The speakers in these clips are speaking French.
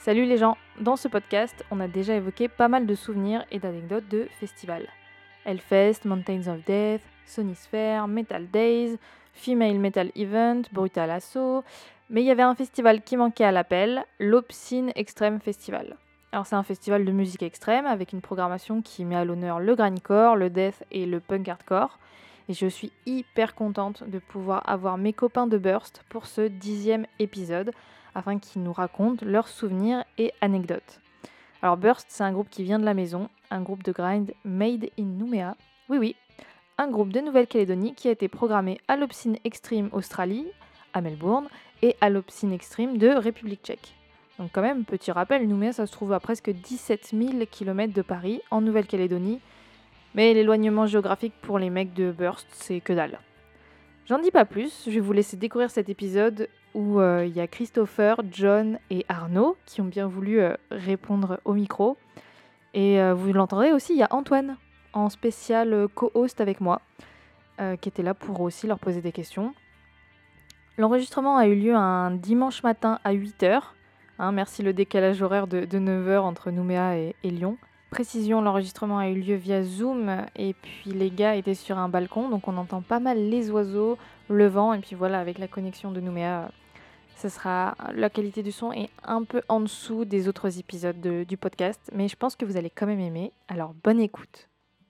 Salut les gens, dans ce podcast, on a déjà évoqué pas mal de souvenirs et d'anecdotes de festivals. Hellfest, Mountains of Death, Sonisphere, Metal Days, Female Metal Event, Brutal Assault, mais il y avait un festival qui manquait à l'appel, l'Obscene Extreme Festival. Alors c'est un festival de musique extrême avec une programmation qui met à l'honneur le grindcore, le death et le punk hardcore. Et je suis hyper contente de pouvoir avoir mes copains de Burst pour ce 10e épisode, afin qu'ils nous racontent leurs souvenirs et anecdotes. Alors Burst, c'est un groupe qui vient de la maison, un groupe de grind made in Nouméa. Oui, un groupe de Nouvelle-Calédonie qui a été programmé à l'Obscene Extreme Australie, à Melbourne, et à l'Obscene Extreme de République tchèque. Donc quand même, petit rappel, Nouméa, ça se trouve à presque 17 000 km de Paris, en Nouvelle-Calédonie, mais l'éloignement géographique pour les mecs de Burst, c'est que dalle. J'en dis pas plus, je vais vous laisser découvrir cet épisode où il y a Christopher, John et Arnaud qui ont bien voulu répondre au micro. Et vous l'entendrez aussi, il y a Antoine en spécial co-host avec moi, qui était là pour aussi leur poser des questions. L'enregistrement a eu lieu un dimanche matin à 8h. Merci le décalage horaire de 9h entre Nouméa et Lyon. Précision, l'enregistrement a eu lieu via Zoom et puis les gars étaient sur un balcon, donc on entend pas mal les oiseaux, le vent, et puis voilà, avec la connexion de Nouméa, la qualité du son est un peu en dessous des autres épisodes du podcast, mais je pense que vous allez quand même aimer, alors bonne écoute.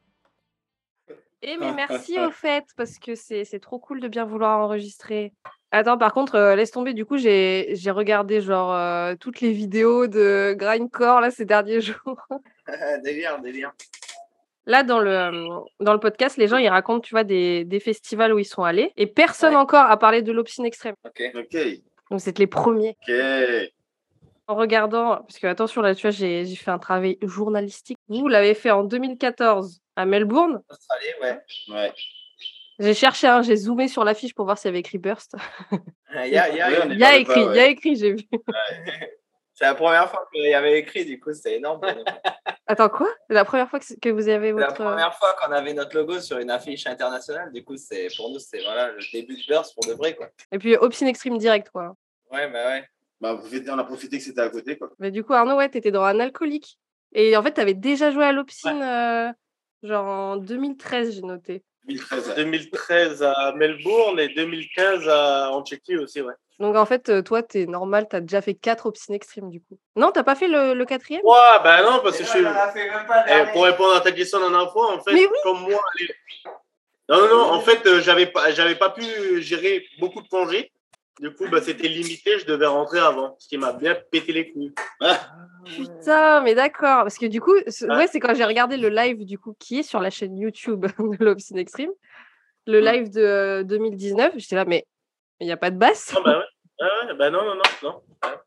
Mais merci au fait, parce que c'est trop cool de bien vouloir enregistrer. Attends, par contre, laisse tomber, du coup, j'ai regardé genre toutes les vidéos de grindcore là, ces derniers jours. Délire. Là, dans le podcast, les gens, ils racontent, tu vois, des festivals où ils sont allés. Et personne encore a parlé de l'Obscene Extreme. Ok. Donc, c'est les premiers. Ok. En regardant, parce que attention, là, tu vois, j'ai fait un travail journalistique. Vous l'avez fait en 2014 à Melbourne. Australie, ouais. J'ai cherché, j'ai zoomé sur l'affiche pour voir s'il y avait écrit Burst. Il y a écrit, j'ai vu. Ouais. C'est la première fois qu'il y avait écrit, du coup, c'était énorme. Attends, quoi? C'est la première fois que vous avez votre... C'est la première fois qu'on avait notre logo sur une affiche internationale. Du coup, pour nous, c'était voilà, le début de Burst pour de vrai, quoi. Et puis, Obscene Extreme direct, quoi. Ouais. On a profité que c'était à côté, quoi. Mais du coup, Arnaud, ouais, t'étais dans un alcoolique. Et en fait, t'avais déjà joué à l'Obscene, genre en 2013, j'ai noté. 2013 à Melbourne et 2015 en Tchéquie aussi, ouais. Donc en fait, toi, t'es normal, t'as déjà fait 4 Obscene Extreme, du coup. Non, t'as pas fait le 4e? Ouais, bah non, parce que je suis... pour répondre à ta question la dernière fois, en fait, Mais oui. comme moi... Non, en fait, j'avais pas pu gérer beaucoup de congés. Du coup, c'était limité, je devais rentrer avant, ce qui m'a bien pété les couilles. Putain, mais d'accord. Parce que du coup, c'est quand j'ai regardé le live du coup qui est sur la chaîne YouTube de l'Obscene Extreme, le live de 2019, j'étais là, mais il n'y a pas de basse. Non, bah ouais. Non.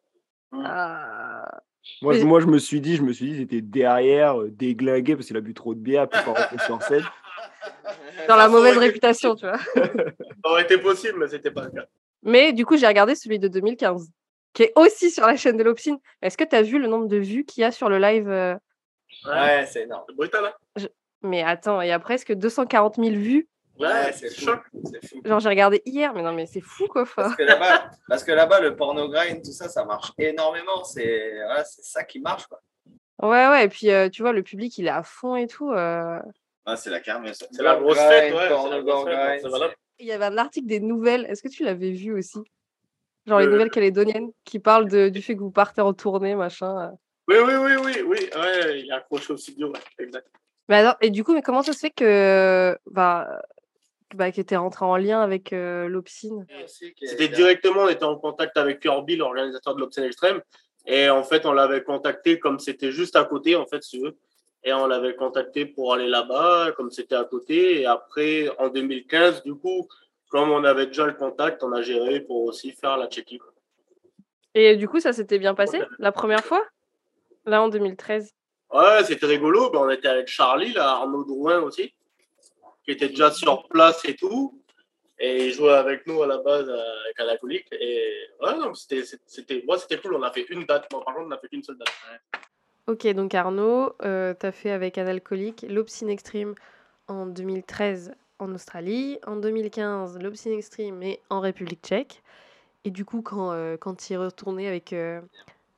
Moi, je me suis dit, c'était derrière, déglingué, parce qu'il a bu trop de bière, puis pas rentrer sur scène. Dans la mauvaise réputation, tu vois. Ça aurait été possible, mais c'était pas le cas. Mais du coup, j'ai regardé celui de 2015, qui est aussi sur la chaîne de l'Obscene. Est-ce que tu as vu le nombre de vues qu'il y a sur le live? Ouais, c'est énorme. C'est brutal, hein. Mais attends, il y a presque 240 000 vues. Ouais, c'est fou. Genre, j'ai regardé hier, mais non, mais c'est fou, quoi. Parce que là-bas, le porno grind, tout ça, ça marche énormément. C'est ça qui marche, quoi. Ouais, et puis, tu vois, le public, il est à fond et tout. C'est la kermesse. C'est la grosse fête, ouais. Il y avait un article des nouvelles. Est-ce que tu l'avais vu aussi? Genre les nouvelles calédoniennes qui parlent du fait que vous partez en tournée, machin. Oui. Ouais, il a accroché au studio, ouais, exact. Mais alors, et du coup, mais comment ça se fait que tu es rentré en lien avec l'Obscene? C'était directement, on était en contact avec Kirby, l'organisateur de l'Obscene Extreme. Et en fait, on l'avait contacté comme c'était juste à côté, en fait, si tu veux. Et on l'avait contacté pour aller là-bas, comme c'était à côté. Et après, en 2015, du coup, comme on avait déjà le contact, on a géré pour aussi faire la Tchéquie. Et du coup, ça s'était bien passé la première fois? Là, en 2013? Ouais, c'était rigolo. On était avec Charlie, là, Arnaud Drouin aussi, qui était déjà sur place et tout. Et il jouait avec nous à la base avec un alcoolique. Et ouais, non, c'était cool. On a fait une date. Moi, par contre, on n'a fait qu'une seule date. Ouais. Ok, donc Arnaud, t'as fait avec un alcoolique l'Obscene Extreme en 2013 en Australie, en 2015 l'Obscene Extreme mais en République tchèque. Et du coup, quand tu y es retourné avec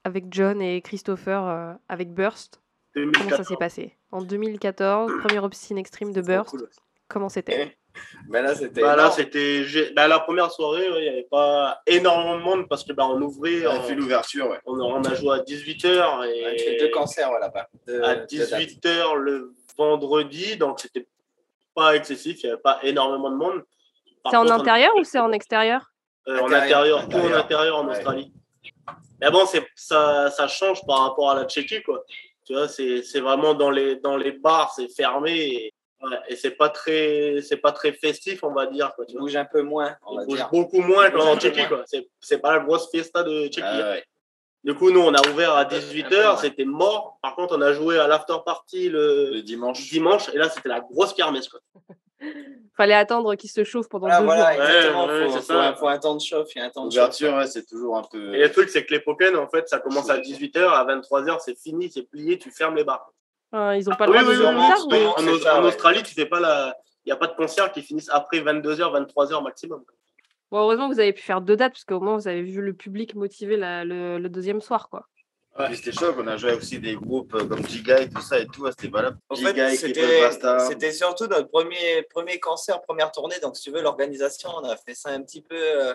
avec John et Christopher avec Burst. Comment 2014. ça s'est passé? En 2014, premier Obscene Extreme de Trop Burst. cool. Comment c'était? Mais là, c'était. Bah, là, énorme. c'était la première soirée, il n'y avait pas énormément de monde parce que on ouvrait, On a fait l'ouverture, ouais. on a joué à 18h On a fait 2 concerts là-bas. à 18h le vendredi, donc c'était pas excessif, il n'y avait pas énormément de monde. Par C'est en contre, intérieur ou c'est en extérieur? en intérieur, tout en Intérieur. intérieur en Ouais. Australie. Mais bon, ça change par rapport à la Tchéquie, quoi. Tu vois, c'est vraiment dans les bars, c'est fermé et c'est pas très festif, on va dire, quoi. Tu On vois. bouge un peu moins, on va On bouge dire. beaucoup moins On bouge un qu'en peu Tchéquie, moins. quoi. C'est pas la grosse fiesta de Tchéquie. Ah, ouais. Du coup, nous, on a ouvert à Un peu 18h, moins. c'était mort. Par contre, on a joué à l'after party Le le dimanche. dimanche, et là, c'était la grosse kermesse, quoi. Fallait attendre qu'il se chauffe pendant Voilà, 2 voilà, jours. exactement. Ouais, Faut, c'est ça. faut un temps de chauffe, il y a un temps de chauffe. L'ouverture, ouais, c'est toujours un peu. Et le truc, c'est que les Pokémon, en fait, ça commence à 18h, à 23h, c'est fini, c'est plié, tu fermes les bars. Ils ont pas le droit de jouer oui, plus tard oui. ou- C'est ça, En ouais. Australie, tu fais pas il n'y a pas de concert qui finissent après 22h, 23h maximum. Bon, heureusement que vous avez pu faire 2 dates parce qu'au moins vous avez vu le public motivé le deuxième soir, quoi. Puis c'était choc, on a joué aussi des groupes comme Giga et tout ça et tout, c'était valable. En Giga, fait, Équipe Basta. c'était surtout notre premier concert, première tournée. Donc, si tu veux, l'organisation, on a fait ça un petit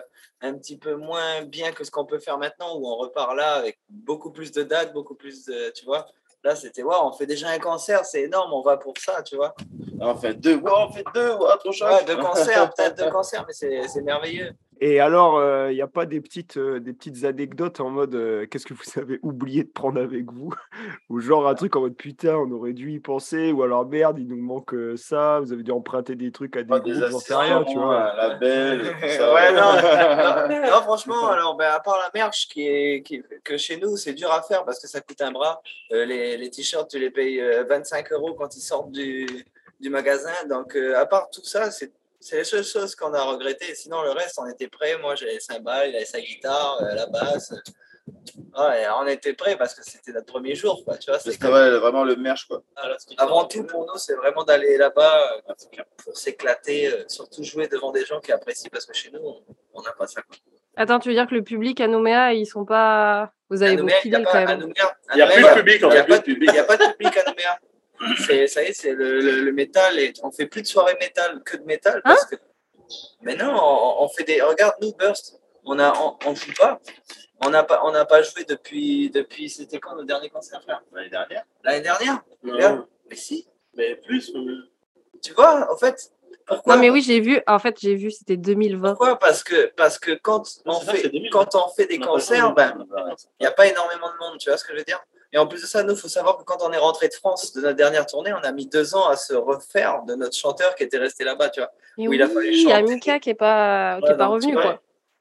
peu moins bien que ce qu'on peut faire maintenant, où on repart là avec beaucoup plus de dates, beaucoup plus de, tu vois. Là, c'était, waouh, on fait déjà un concert, c'est énorme, on va pour ça, tu vois. On fait deux, trop choc. Ouais, 2 concerts, peut-être 2 concerts, mais c'est merveilleux. Et alors, il n'y a pas des petites anecdotes en mode qu'est-ce que vous avez oublié de prendre avec vous? Ou genre un truc en mode putain, on aurait dû y penser, ou alors merde, il nous manque ça, vous avez dû emprunter des trucs à des Pas groupes, des j'en sais rien, tu vois. la belle, tout ça. Ouais, non, franchement, alors, à part la merch que chez nous, c'est dur à faire parce que ça coûte un bras. Les t-shirts, tu les payes 25 € quand ils sortent du magasin. Donc, à part tout ça, c'est les seules choses qu'on a regrettées. Sinon, le reste, on était prêts. Moi, j'avais les cymbales, il avait sa guitare, la basse. Ouais, on était prêts parce que c'était notre premier jour, quoi. Tu vois, c'est C'était ouais, vraiment le merch, quoi. avant tout, pour nous, c'est vraiment d'aller là-bas pour s'éclater, surtout jouer devant des gens qui apprécient parce que chez nous, on n'a pas ça. Quoi. Attends, tu veux dire que le public à Nouméa, ils sont pas. Vous avez beau filer quand même. Il n'y a plus de public, en Il n'y a fait. pas de public à Nouméa. Ça y est, c'est le métal. Et on fait plus de soirées métal que de métal. Parce que... Mais non, on fait des. Regarde, nous, Burst, on joue pas. On n'a pas joué depuis. C'était quand nos derniers concerts, frère? L'année dernière. L'année dernière? Non, Mais si. mais plus. Tu vois, en fait. Pourquoi? Non, mais oui, j'ai vu. En fait, j'ai vu, c'était 2020. Pourquoi? Parce que quand on fait des concerts, il n'y a pas énormément de monde, tu vois ce que je veux dire? Et en plus de ça, nous, il faut savoir que quand on est rentré de France de notre dernière tournée, on a mis 2 ans à se refaire de notre chanteur qui était resté là-bas, tu vois. Et où oui, il a fallu il y a chanter. Mika qui est pas Ouais, donc, revenu, tu vois. quoi.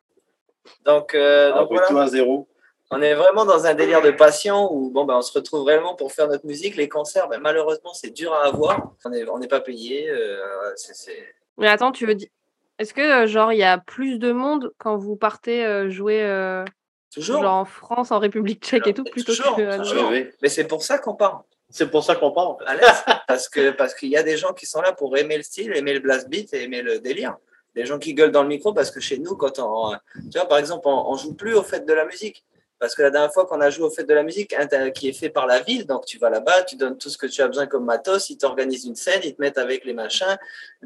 Donc voilà, tout à zéro. on est vraiment dans un délire de passion où on se retrouve vraiment pour faire notre musique. Les concerts, malheureusement, c'est dur à avoir. On n'est pas payé. Mais attends, tu veux dire. Est-ce que, genre, il y a plus de monde quand vous partez jouer Toujours. genre en France, en République tchèque et tout, plutôt Toujours, que. toujours. Mais c'est pour ça qu'on part. C'est pour ça qu'on parle. À l'aise, parce qu'il y a des gens qui sont là pour aimer le style, aimer le blast beat et aimer le délire. Des gens qui gueulent dans le micro parce que chez nous, tu vois, par exemple, on joue plus au Fête de la musique. Parce que la dernière fois qu'on a joué au Fête de la musique, qui est fait par la ville, donc tu vas là-bas, tu donnes tout ce que tu as besoin comme matos, ils t'organisent une scène, ils te mettent avec les machins.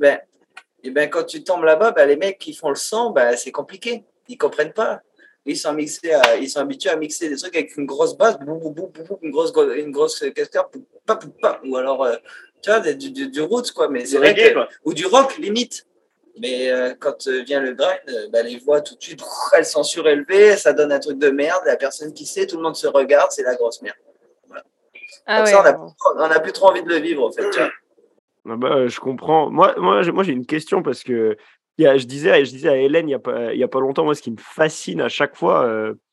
Quand tu tombes là-bas, les mecs qui font le son, c'est compliqué. Ils comprennent pas. Ils sont habitués à mixer des trucs avec une grosse basse, une grosse casquette, ou alors, tu vois, du roots, quoi. Mais c'est vrai reggae, que, quoi. ou du rock, limite. Mais quand vient le grind, les voix tout de suite, elles sont surélevées, ça donne un truc de merde, la personne qui sait, tout le monde se regarde, c'est la grosse merde. Voilà. Ah Donc ouais. ça, on n'a plus trop envie de le vivre, en fait. Tu vois. Ah bah, je comprends. Moi, j'ai une question parce que je disais à Hélène il y a pas longtemps, moi, ce qui me fascine à chaque fois,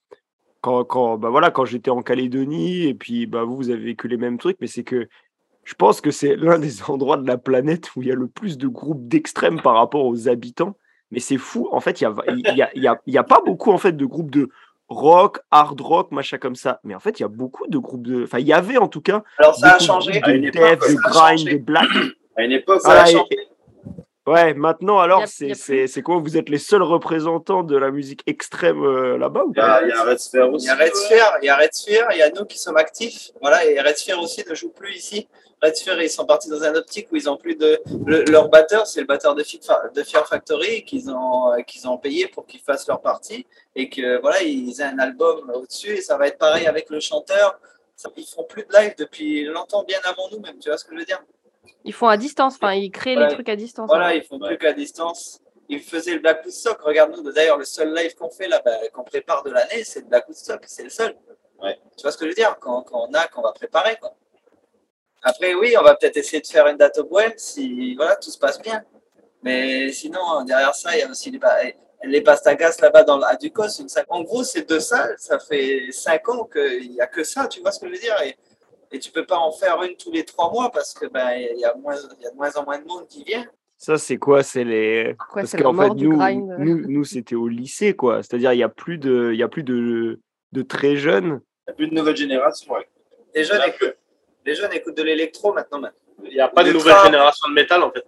quand j'étais en Calédonie, et puis vous avez vécu les mêmes trucs, mais c'est que je pense que c'est l'un des endroits de la planète où il y a le plus de groupes d'extrêmes par rapport aux habitants. Mais c'est fou, en fait, il y a pas beaucoup en fait de groupes de rock, hard rock, machin comme ça. Mais en fait, il y a beaucoup de groupes de. Enfin, il y avait en tout cas. Alors ça a beaucoup de changé. groupes À une de époque, death, de ça a grind, changé. de black. À une époque, Ça a changé. Ouais, maintenant, Y alors, a, y c'est a c'est- plus. c'est quoi? Vous êtes les seuls représentants de la musique extrême là-bas ou Il y pas? a Red Sphere Il aussi. y a Red Sphere, il y a Red Sphere, il y a nous qui sommes actifs. Voilà, et Red Sphere aussi ne joue plus ici. Red Sphere, ils sont partis dans un optique où ils ont plus de. Leur batteur, c'est le batteur de Fear Factory qu'ils ont payé pour qu'ils fassent leur partie et que voilà, ils aient un album au-dessus et ça va être pareil avec le chanteur. Ils font plus de live depuis longtemps, bien avant nous même, tu vois ce que je veux dire? Ils font à distance, enfin, ils créent les Voilà, trucs à distance. voilà, hein. ils font plus qu'à distance. Ils faisaient le Black Woodstock. Regarde-nous, d'ailleurs, le seul live qu'on fait là, qu'on prépare de l'année, c'est le Black Woodstock. C'est le seul. Ouais. Tu vois ce que je veux dire? Quand qu'on va préparer, quoi. Après, oui, on va peut-être essayer de faire une date au Bohème si voilà, tout se passe bien. Mais sinon, derrière ça, il y a aussi les Pastagas là-bas à Ducos. En gros, c'est 2 salles. Ça fait 5 ans qu'il n'y a que ça. Tu vois ce que je veux dire? Et tu peux pas en faire une tous les 3 mois parce que il y a de moins en moins de monde qui vient. Ça, c'est quoi? C'est les. Quoi, Parce c'est la qu'en fait, mort du grind. nous c'était au lycée, quoi. C'est-à-dire, il y a plus de très jeunes. Il n'y a plus de nouvelle génération. Ouais. Les jeunes écoutent de l'électro maintenant. Il n'y a pas de Le nouvelle trap. génération de métal, en fait.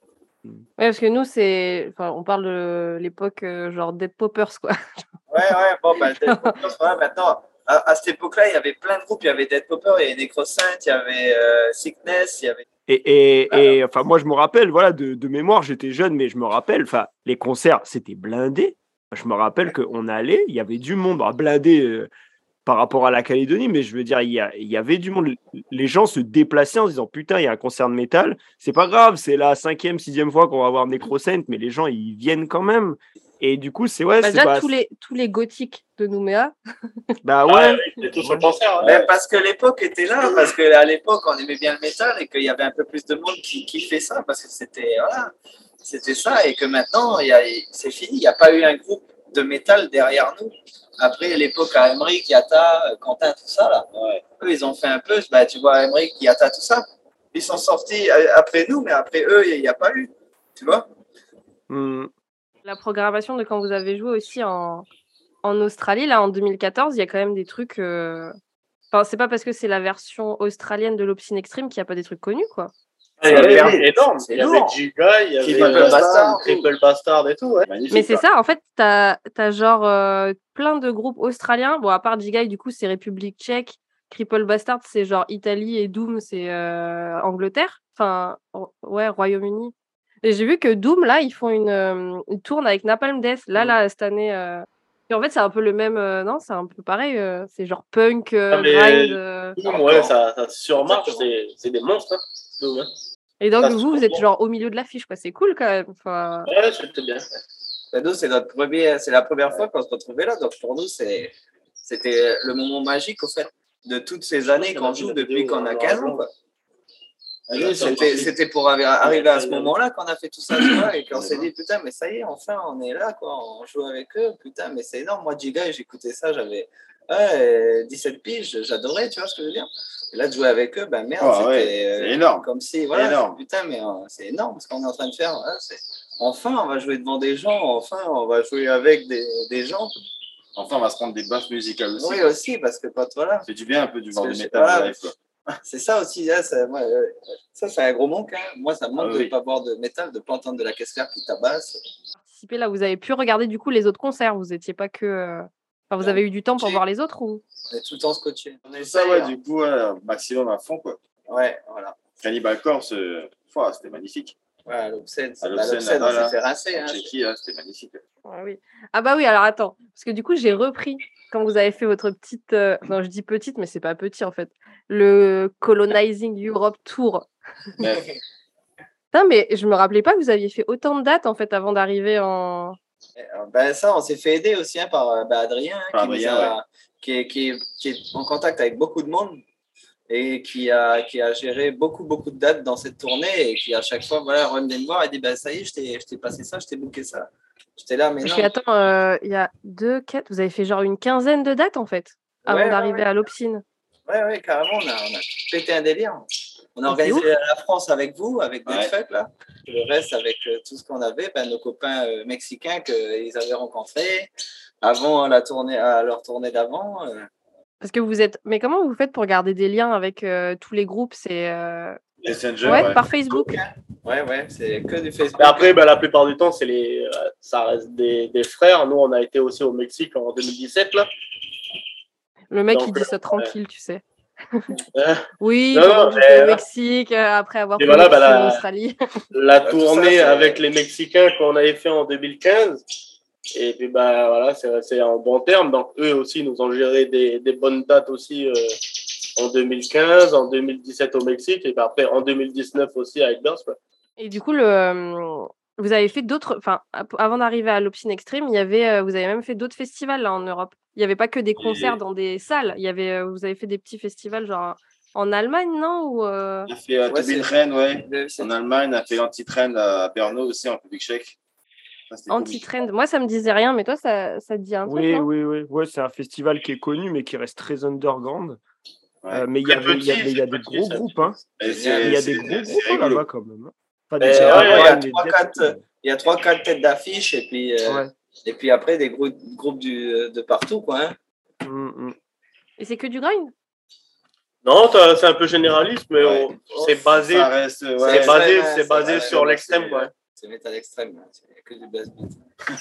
Ouais, parce que nous, enfin, on parle de l'époque genre Dead Poppers, quoi. Ouais, bon, Dead Poppers, voilà, maintenant, à cette époque-là, il y avait plein de groupes. Il y avait Dead Popper, il y avait Necrosaint, il y avait Sickness, il y avait. Et enfin, moi, je me rappelle, voilà, de mémoire, j'étais jeune, mais je me rappelle, enfin, les concerts, c'était blindé. Je me rappelle qu'on allait, il y avait du monde, blindé par rapport à la Calédonie, mais je veux dire, il y avait du monde. Les gens se déplaçaient en se disant, putain, il y a un concert de métal, c'est pas grave, c'est la 5e, 6e fois qu'on va voir Necrosaint, mais les gens, ils viennent quand même. Et du coup, c'est ouais, Bah, c'est déjà, tous les gothiques de Nouméa. bah Ah, ouais. oui, c'est tout sur le concert. Mais parce que l'époque était là, parce qu'à l'époque, on aimait bien le métal et qu'il y avait un peu plus de monde qui fait ça, parce que c'était ça, et que maintenant, c'est fini. Il n'y a pas eu un groupe de métal derrière nous. Après l'époque à Emmerich, Yata, Quentin, tout ça, là, eux, ils ont fait un peu, tu vois, Emmerich, Yata, tout ça. Ils sont sortis après nous, mais après eux, il n'y a pas eu. Tu vois? La programmation de quand vous avez joué aussi en Australie, là, en 2014, il y a quand même des trucs. Enfin, c'est pas parce que c'est la version australienne de l'Obscene Extreme qu'il n'y a pas des trucs connus, quoi. Il y avait énorme. C'est Il y avait lourd. Giga, il y avait Triple Bastard et tout. Ouais. Magnifique. Mais c'est quoi. ça, en fait, t'as genre plein de groupes australiens. Bon, à part Gigai, du coup, c'est République tchèque. Cripple Bastard, c'est genre Italie et Doom, c'est Angleterre. Enfin, ouais, Royaume-Uni. Et j'ai vu que Doom, là, ils font une tourne avec Napalm Death. Là, cette année. Et en fait, c'est un peu le même. Non, c'est un peu pareil. C'est genre punk, mais grind. Doom, ouais, ça surmarche. C'est des monstres. Hein, Doom, hein. Et donc, ça, vous êtes genre au milieu de l'affiche, quoi. C'est cool quand même. Enfin... Ouais, c'était bien. Nous, c'est la première fois qu'on se retrouvait là. Donc pour nous, c'était le moment magique, au fait, de toutes ces années qu'on joue depuis qu'on a 15 ans. Quoi. C'était pour arriver à ce moment-là qu'on a fait tout ça, tu vois, et qu'on s'est dit, putain, mais ça y est, enfin, on est là, quoi, on joue avec eux, putain, mais c'est énorme. Moi, Giga, j'écoutais ça, j'avais 17 piges, j'adorais, tu vois ce que je veux dire. Et là, de jouer avec eux, ben merde, c'est énorme. Comme si, voilà, énorme. putain, mais c'est énorme ce qu'on est en train de faire. Voilà, enfin, on va jouer devant des gens, enfin, on va jouer avec des gens. Enfin, on va se prendre des baffes musicales aussi. Oui, aussi, parce que, voilà. C'est du bien un peu du genre de métal Voilà. live, quoi. C'est ça aussi, hein, ça c'est un gros manque. Hein. Moi, ça me manque de ne oui. pas boire de métal, de ne pas entendre de la caisse claire qui tabasse. Là, vous avez pu regarder du coup les autres concerts. Vous étiez pas que. Enfin, vous avez eu du temps pour voir les autres ou? On est tout le temps scotché. On est Ça, ouais, du coup, maximum à fond, quoi. Ouais, voilà. Cannibal Corpse, c'était magnifique. Ouais, l'Obscène, À on s'est fait rincer. Hein. Tchéquie, c'était magnifique. Ouais, oui. Ah bah oui, alors attends, parce que du coup j'ai repris quand vous avez fait votre petite, non je dis petite mais c'est pas petit en fait, le Colonizing Europe Tour. Non mais je me rappelais pas que vous aviez fait autant de dates en fait avant d'arriver en. Ben ça, on s'est fait aider aussi hein, par Adrien, qui est en contact avec beaucoup de monde et qui a géré beaucoup de dates dans cette tournée et qui à chaque fois revenait me voir et dit ben ça y est, je t'ai passé ça, je t'ai booké ça. J'étais là, mais non. Parce que attends, il y a 2, 4, vous avez fait genre une quinzaine de dates en fait avant d'arriver à l'Obscene. Ouais, carrément, on a pété un délire. On a organisé la France avec vous, avec Dead Fuck, là. Le reste, avec tout ce qu'on avait, nos copains mexicains qu'ils avaient rencontrés avant leur tournée d'avant. Parce que vous êtes. Mais comment vous faites pour garder des liens avec tous les groupes? C'est. Messenger, Ouais, ouais. par Facebook. Ouais, c'est que du Facebook. Mais après, la plupart du temps, ça reste des frères. Nous, on a été aussi au Mexique en 2017, là. Le mec, Donc, il dit ça tranquille, tu sais. Euh, Oui, Non, pendant non, que j'étais au mais- Mexique, après avoir Et posé voilà, pied en Australie. La Tout ça, tournée c'est- avec les Mexicains qu'on avait fait en 2015. Et puis, voilà, c'est resté en bon terme. Donc, eux aussi nous ont géré des bonnes dates aussi en 2015, en 2017 au Mexique. Et puis après, en 2019 aussi avec Burst, quoi. Et du coup, vous avez fait d'autres. Enfin, avant d'arriver à l'Obscene Extreme, vous avez même fait d'autres festivals là en Europe. Il n'y avait pas que des concerts dans des salles. Vous avez fait des petits festivals genre en Allemagne, non ou, On a fait Ouais, Tobin c'est- Train, ouais. c'est- En Allemagne, on a fait Anti-Train à Brno aussi, en Public Check. Ça, c'était cool. Anti-Trend. Moi, ça me disait rien, mais toi, ça te dit un truc, Oui, non oui, oui. Ouais, c'est un festival qui est connu, mais qui reste très underground. Ouais. Mais il y a des gros groupes, hein. Et Il Il y a des gros groupes c'est là-bas rigolo. quand même. Pas Mais des ouais, Terrarium, il y a des 3-4 Death. il y a 3-4 têtes d'affiche Ouais. et puis après des groupes de partout, quoi. Hein. Et c'est que du grind? Non, c'est un peu généraliste, mais Ouais. c'est basé, Ça reste, ouais. c'est basé ouais, sur ouais, l'extrême, c'est- quoi. C'est métal extrême, hein. C'est que du blast beat.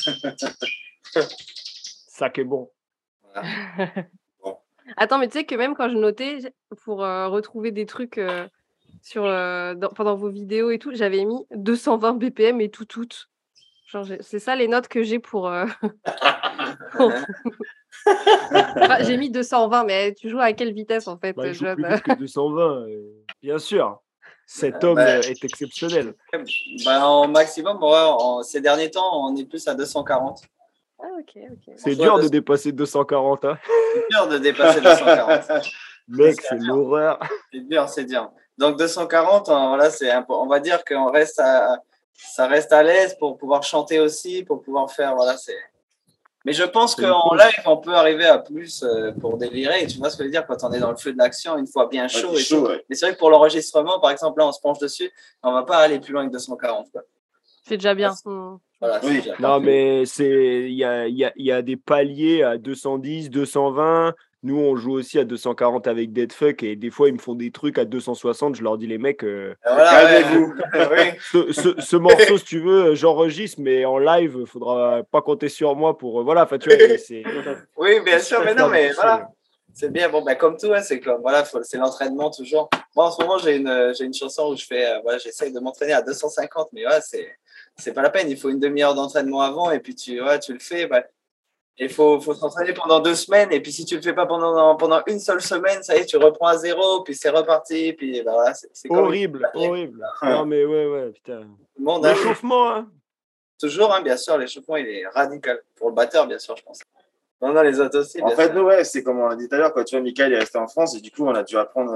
Ça qui est bon. Voilà. Attends, mais tu sais que même quand je notais pour retrouver des trucs pendant vos vidéos et tout, j'avais mis 220 BPM et tout. Genre, c'est ça les notes que j'ai pour. Enfin, j'ai mis 220, mais tu joues à quelle vitesse en fait, Bah, il joue John? plus vite que 220, bien sûr. Cet homme bah, est exceptionnel. En maximum, ces derniers temps, on est plus à 240. Ah, ok. C'est On dur voit de dépasser 240. Hein. C'est dur de dépasser 240. Mec, c'est l'horreur. C'est dur. Donc 240, voilà, on va dire qu'on reste ça reste à l'aise pour pouvoir chanter aussi, pour pouvoir faire, voilà, c'est. Mais je pense C'est qu'en cool. live, on peut arriver à plus pour délirer. Et tu vois ce que je veux dire quand on est dans le feu de l'action, une fois bien chaud. Ouais, et tout. ouais. Mais c'est vrai que pour l'enregistrement, par exemple, là, on se penche dessus, on va pas aller plus loin que 240. Quoi. C'est déjà bien. Voilà, Oui. déjà Non, mais il y a des paliers à 210, 220. Nous, on joue aussi à 240 avec Deadfuck et des fois, ils me font des trucs à 260. Je leur dis, les mecs, Voilà, Calmez-vous. Oui. ce morceau, si tu veux, j'enregistre, mais en live, il faudra pas compter sur moi pour. Voilà, enfin, tu vois, c'est. Oui, bien sûr, mais non, mais difficile. voilà. C'est bien, bon, ben, comme tout, hein, c'est comme, voilà, c'est l'entraînement toujours. Moi, en ce moment, j'ai une chanson où je fais, voilà, j'essaye de m'entraîner à 250, mais ouais, c'est pas la peine. Il faut une demi-heure d'entraînement avant, et puis tu le fais. Bah, il faut s'entraîner pendant 2 semaines, et puis si tu le fais pas pendant une seule semaine, ça y est, tu reprends à zéro, puis c'est reparti, puis bah, voilà, c'est comme Horrible. Non, mais ouais, putain. tout le monde. Hein. L'échauffement, hein. Toujours, hein, bien sûr, l'échauffement, il est radical. Pour le batteur, bien sûr, je pense. Non, les autres aussi. En bien fait, sûr. nous, ouais, c'est comme on l'a dit tout à l'heure, quand tu vois, Mickaël est resté en France et du coup, on a dû apprendre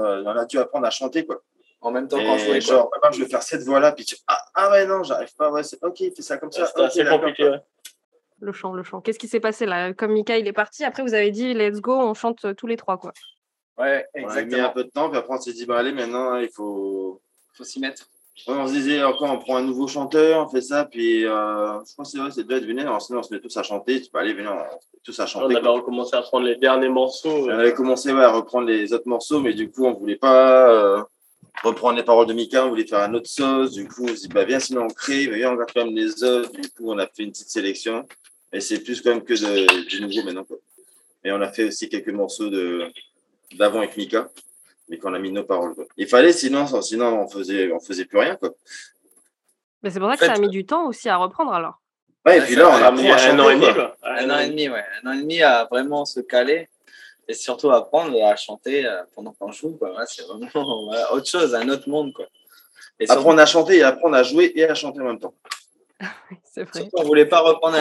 à chanter, quoi. En même temps qu'on jouait, Et genre, papa, je vais faire cette voix-là, puis ouais, non, j'arrive pas, ouais, ok, fais ça comme ça. C'était assez d'accord. compliqué, ouais. Le chant. Qu'est-ce qui s'est passé là? Comme Mika, il est parti, après vous avez dit let's go, on chante tous les trois, quoi. Ouais, On a mis un exactement. peu de temps, puis après, on s'est dit, bah allez, maintenant, il faut. Faut s'y mettre. Ouais, on se disait, encore, on prend un nouveau chanteur, on fait ça, puis je pense que c'est déjà devenu, sinon on se met tous à chanter, tu peux aller, venez, on se met tous à On chanter. avait recommencé à prendre les derniers morceaux. On avait commencé à reprendre les autres morceaux, mais du coup, on voulait pas reprendre les paroles de Mika, on voulait faire un autre sauce. Du coup, on s'est dit, bah, viens, sinon on crée, mais viens, on regarde quand même les autres. Du coup, on a fait une petite sélection. Et c'est plus quand même que du nouveau maintenant, quoi. Et on a fait aussi quelques morceaux d'avant avec Mika, mais qu'on a mis nos paroles, quoi. Il fallait, sinon on faisait plus rien, quoi. Mais c'est pour ça que En ça fait- a mis du temps aussi à reprendre alors. Ouais, et puis là, on a appris à un an chanter, et demi, quoi. quoi. Un an et demi, ouais. Un an et demi à vraiment se caler et surtout apprendre à chanter pendant qu'on joue, quoi. Ouais, c'est vraiment autre chose, un autre monde, quoi. Et surtout, Apprendre à chanter et apprendre à jouer et à chanter en même temps. C'est vrai. on voulait pas reprendre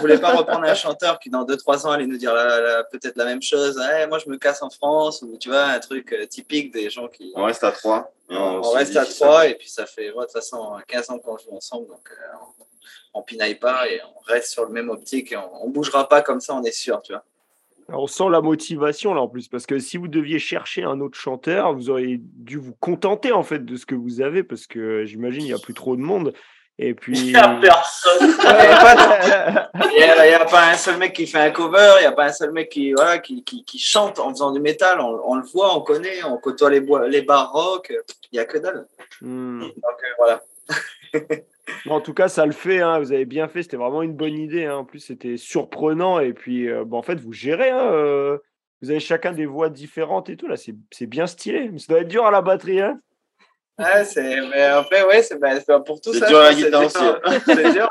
un chanteur qui dans 2-3 ans allait nous dire peut-être la même chose. Hey, moi, je me casse en France, ou tu vois, un truc typique des gens qui. On reste à 3. On reste à 3 et puis ça fait, de toute façon, 15 ans qu'on joue ensemble, donc on pinaille pas et on reste sur le même optique et on bougera pas comme ça, on est sûr, tu vois. Alors, on sent la motivation là en plus, parce que si vous deviez chercher un autre chanteur, vous auriez dû vous contenter en fait de ce que vous avez, parce que j'imagine il n'y a plus trop de monde. Et puis. Il n'y a personne. Il n'y a pas un seul mec qui fait un cover, il n'y a pas un seul mec qui chante en faisant du métal. On le voit, on connaît, on côtoie les bars rock. Il n'y a que dalle. Donc voilà. Bon, en tout cas, ça le fait, hein, vous avez bien fait, c'était vraiment une bonne idée, hein. En plus, c'était surprenant. Et puis, en fait, vous gérez, hein, vous avez chacun des voix différentes et tout, là, c'est bien stylé. Mais ça doit être dur à la batterie, hein. Ouais, mais après, ouais, c'est pour tout C'est ça. dur à la je guitare pense, c'est dur.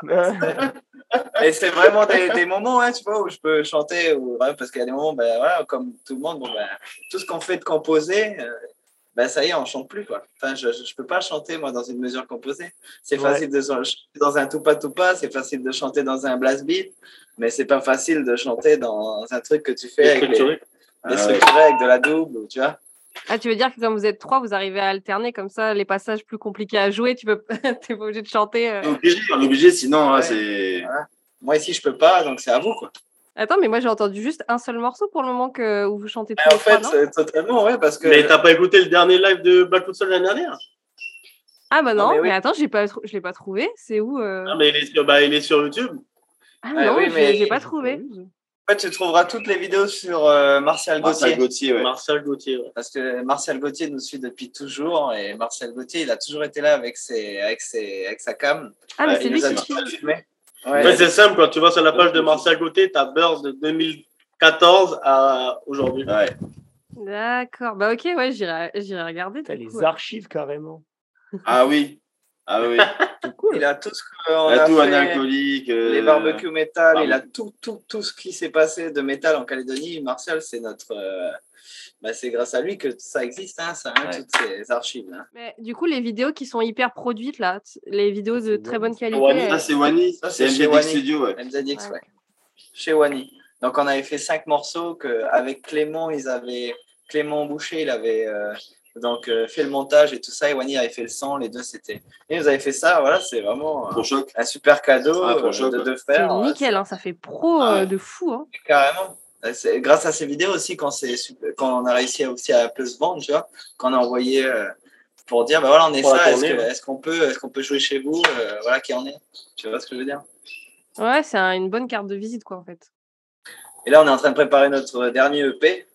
Et c'est vraiment des moments, hein, tu vois, où je peux chanter, parce qu'il y a des moments, comme tout le monde, tout ce qu'on fait de composer, ça y est, on chante plus, quoi. Enfin, je peux pas chanter, moi, dans une mesure composée. C'est facile de chanter dans un tupa, c'est facile de chanter dans un blast beat, mais c'est pas facile de chanter dans un truc que tu fais avec les structurés, avec de la double, tu vois. Ah, tu veux dire que comme vous êtes 3, vous arrivez à alterner comme ça les passages plus compliqués à jouer, t'es pas obligé de chanter. On est obligé, sinon, là, Ouais. c'est. Voilà. Moi, ici, je peux pas, donc c'est à vous, quoi. Attends, mais moi j'ai entendu juste un seul morceau pour le moment où vous chantez tous Mais les en trois, fait, non c'est totalement, ouais, parce que. Mais t'as pas écouté le dernier live de Blackwood Soul l'année dernière? Ah bah non, mais oui. mais attends, je l'ai pas trouvé. C'est où Ah, mais il est sur YouTube. Ah Ouais, non, oui, mais- j'ai pas trouvé. En fait, tu trouveras toutes les vidéos sur Martial Marcel Gauthier. Gauthier, ouais. Martial Gauthier, ouais. Parce que Martial Gauthier nous suit depuis toujours. Et Martial Gauthier, il a toujours été là avec sa cam. Ah, mais Ouais, c'est il lui nous a qui dit- filme. filmé. Ouais, c'est simple, quand tu vas sur la page de Martial Gauthier, t'as Burst de 2014 à aujourd'hui. Ouais. D'accord. Bah ok, ouais, j'irai regarder. T'as du coup, les ouais. archives carrément. Ah oui. Ah oui. C'est cool. Il a tout ce qu'on Il y a a tout, un fait. alcoolique. Les barbecues métal, il a barbecue. tout ce qui s'est passé de métal en Calédonie. Martial, c'est c'est grâce à lui que ça existe, hein, ça, Ouais. toutes ces archives. Hein. Mais du coup, les vidéos qui sont hyper produites là, les vidéos de très bonne qualité. Wani, Ça, c'est Wani. Ça, C'est c'est chez MZX Wani. Studio, ouais. MZX, Ouais. ouais. Chez Wani. Donc, on avait fait 5 morceaux avec Clément, Clément Boucher, il avait fait le montage et tout ça, et Wani avait fait le son, les deux c'était. Et vous avez fait ça, voilà, c'est vraiment Pour choc. un super cadeau Pour choc, ouais. de C'est faire. nickel, hein, ça fait pro Ouais. de fou. Hein. Carrément. C'est grâce à ces vidéos aussi quand on a réussi aussi à un peu se vendre, tu vois, qu'on a envoyé pour dire, voilà, on est Pour la ça, tournée, est-ce qu'on peut jouer chez vous, voilà qui en est. Tu vois ce que je veux dire? Ouais, c'est une bonne carte de visite quoi en fait. Et là, on est en train de préparer notre dernier EP.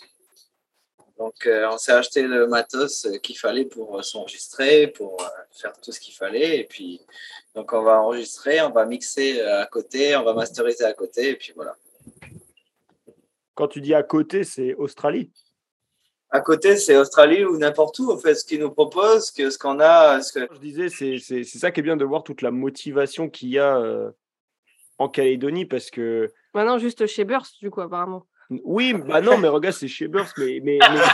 Donc, on s'est acheté le matos qu'il fallait pour s'enregistrer, pour faire tout ce qu'il fallait. Et puis, donc, on va enregistrer, on va mixer à côté, on va masteriser à côté. Et puis, voilà. Quand tu dis à côté, c'est Australie. À côté, c'est Australie ou n'importe où, en fait, ce qu'ils nous proposent, ce qu'on a. Je disais, c'est ça qui est bien de voir toute la motivation qu'il y a en Calédonie parce que. Maintenant, juste chez Burst, du coup, apparemment. Oui, bah non, mais regarde, c'est chez Burst, mais...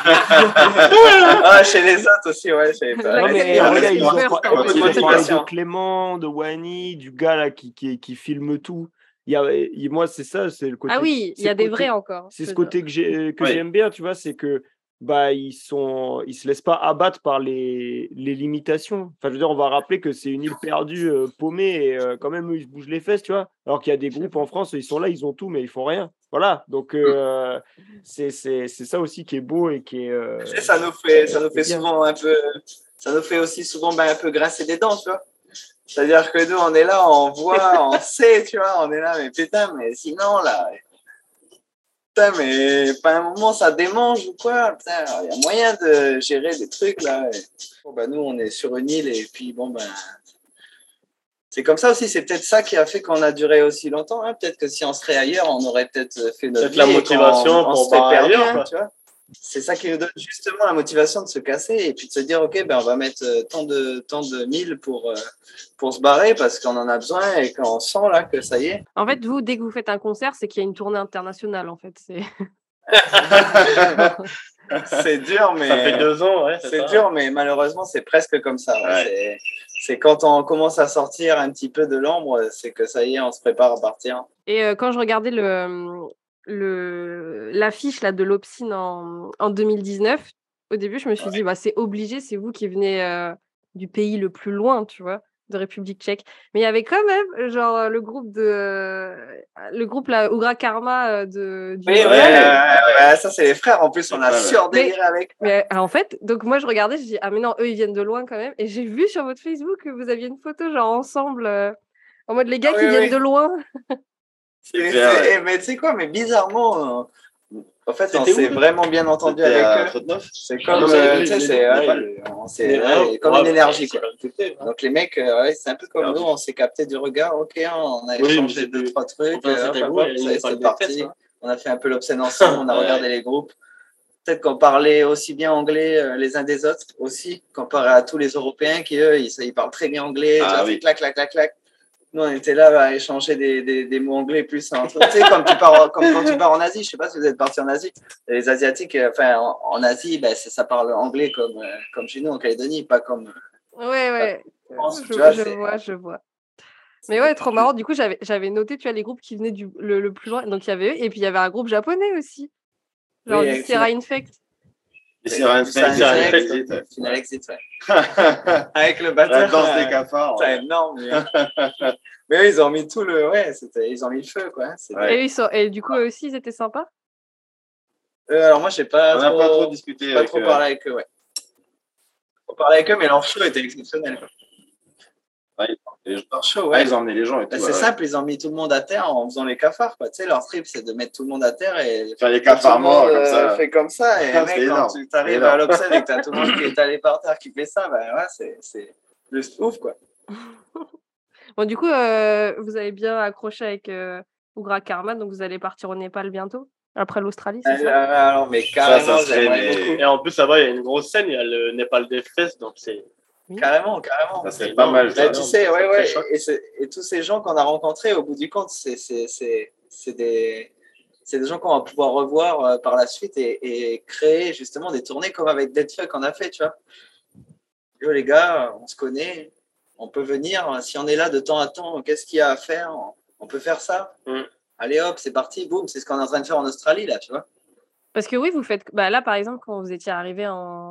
Ah, chez les autres aussi, ouais. Non, mais Ouais, regarde, c'est ils ont Burst, pas- en fait. ils ont parlé Motivation. de Clément, de Wani, du gars là qui filme tout. Moi, c'est ça, c'est le côté. Ah oui, il y a des vrais encore. C'est je ce veux côté dire. que j'aime bien, tu vois, c'est que ils se laissent pas abattre par les limitations. Enfin, je veux dire, on va rappeler que c'est une île perdue, paumée, et quand même, eux, ils se bougent les fesses, tu vois. Alors qu'il y a des groupes en France, ils sont là, ils ont tout, mais ils font rien. Voilà. Donc, c'est ça aussi qui est beau et qui est. Tu sais, ça nous fait bien. souvent un peu. Ça nous fait aussi souvent un peu grincer des dents, tu vois. C'est-à-dire que nous, on est là, on voit, on sait, tu vois, on est là, mais putain, mais sinon, là. Putain, mais pas un moment, ça démange ou quoi? Putain, il y a moyen de gérer des trucs, là. Et... Bon, nous, on est sur une île, et puis, c'est comme ça aussi, c'est peut-être ça qui a fait qu'on a duré aussi longtemps. Hein. Peut-être que si on serait ailleurs, on aurait peut-être fait notre Peut-être la vie et motivation qu'on pour se serait barrer perdu, ailleurs, hein, quoi. tu vois. C'est ça qui nous donne justement la motivation de se casser et puis de se dire, OK, on va mettre tant de milles pour se barrer parce qu'on en a besoin et qu'on sent là que ça y est. En fait, vous, dès que vous faites un concert, c'est qu'il y a une tournée internationale, en fait. C'est dur, mais... Ça fait 2 ans, ouais. C'est dur, mais malheureusement, c'est presque comme ça. Ouais. C'est quand on commence à sortir un petit peu de l'ombre, c'est que ça y est, on se prépare à partir. Et quand je regardais l'affiche là, de l'Obscene en 2019, au début, je me suis dit, c'est obligé, c'est vous qui venez du pays le plus loin, tu vois. de République tchèque. Mais il y avait quand même, genre, le groupe là, Ugra Karma du Oui, ouais, ça c'est les frères. En plus, on a Ouais, ouais. surdéliré avec. Mais en fait, donc moi je regardais, je dis ah mais non, eux ils viennent de loin quand même. Et j'ai vu sur votre Facebook que vous aviez une photo genre ensemble, en mode les gars Ah qui oui, viennent oui. de loin. C'est clair, Mais tu sais quoi, mais bizarrement, en fait, on C'était où, s'est là vraiment bien entendu C'était à avec eux. Trotneuf. C'est comme, Non, c'est tu sais, les- c'est les- ouais, c'est comme une énergie, quoi. Donc les mecs, ouais, c'est un peu comme nous, on s'est capté du regard, ok, on a Oui, échangé mais deux, c'était- trois trucs, enfin, c'était hop, beau, hop, il y a ça y est, une c'est épaule parti. de fesse, hein. On a fait un peu l'obscène ensemble, on a Ouais. regardé les groupes. Peut-être qu'on parlait aussi bien anglais les uns des autres aussi, comparé à tous les Européens qui, eux, ils parlent très bien anglais, Ah tu vois, oui. c'est clac, clac, clac, clac. Nous, on était là à échanger des mots anglais plus entre. Tu sais, comme quand tu pars en Asie, je sais pas si vous êtes parti en Asie. Les Asiatiques, enfin, en Asie, ben, ça parle anglais comme chez nous en Calédonie, pas comme Ouais. en France. Tu vois, Je vois. Mais ouais, trop marrant. Du coup, j'avais noté, tu vois, les groupes qui venaient le plus loin. Donc il y avait eux, et puis il y avait un groupe japonais aussi. Genre Oui, Viscera Infect. Et c'est un C'est un Final Exit, Exit, ouais. Final Exit, ouais. Avec le batteur. La danse des cafards. C'est Ouais. énorme. Mais eux, ils ont mis tout le. Ouais, ils ont mis le feu, quoi. Ouais. Et du coup, eux aussi, ils étaient sympas. Alors, moi, je sais pas On n'a pas trop discuté pas avec trop eux. parlé avec eux, ouais. On parlait avec eux, mais leur show était exceptionnel, quoi. Leur show, ouais. Ils ont emmené les gens et tout. C'est simple, ils ont mis tout le monde à terre en faisant les cafards, quoi. Tu sais, leur trip, c'est de mettre tout le monde à terre et Faire les tout le cafards morts monde comme ça. fait comme ça. Et C'est mec, énorme. quand tu arrives C'est énorme. à l'obsède et que t'as tout le monde qui est allé par terre qui fait ça, ben ouais, c'est juste ouf, quoi. Bon, du coup, vous avez bien accroché avec Ugra Karma, donc vous allez partir au Népal bientôt, après l'Australie, c'est ça? Alors, mais carrément, serait, j'aimerais mais- beaucoup. Et en plus, là-bas, il y a une grosse scène, il y a le Népal des fesses, donc c'est. Carrément. Ça serait pas mal. Là, ça. tu sais, ouais. très choc. Et tous ces gens qu'on a rencontrés, au bout du compte, c'est des gens qu'on va pouvoir revoir par la suite et créer justement des tournées comme avec Dead Fuck qu'on a fait, tu vois. Yo, les gars, on se connaît, on peut venir. Si on est là de temps à temps, qu'est-ce qu'il y a à faire? On peut faire ça. Allez hop, c'est parti, boum. C'est ce qu'on est en train de faire en Australie, là, tu vois. Parce que oui, vous faites. Bah, là, par exemple, quand vous étiez arrivé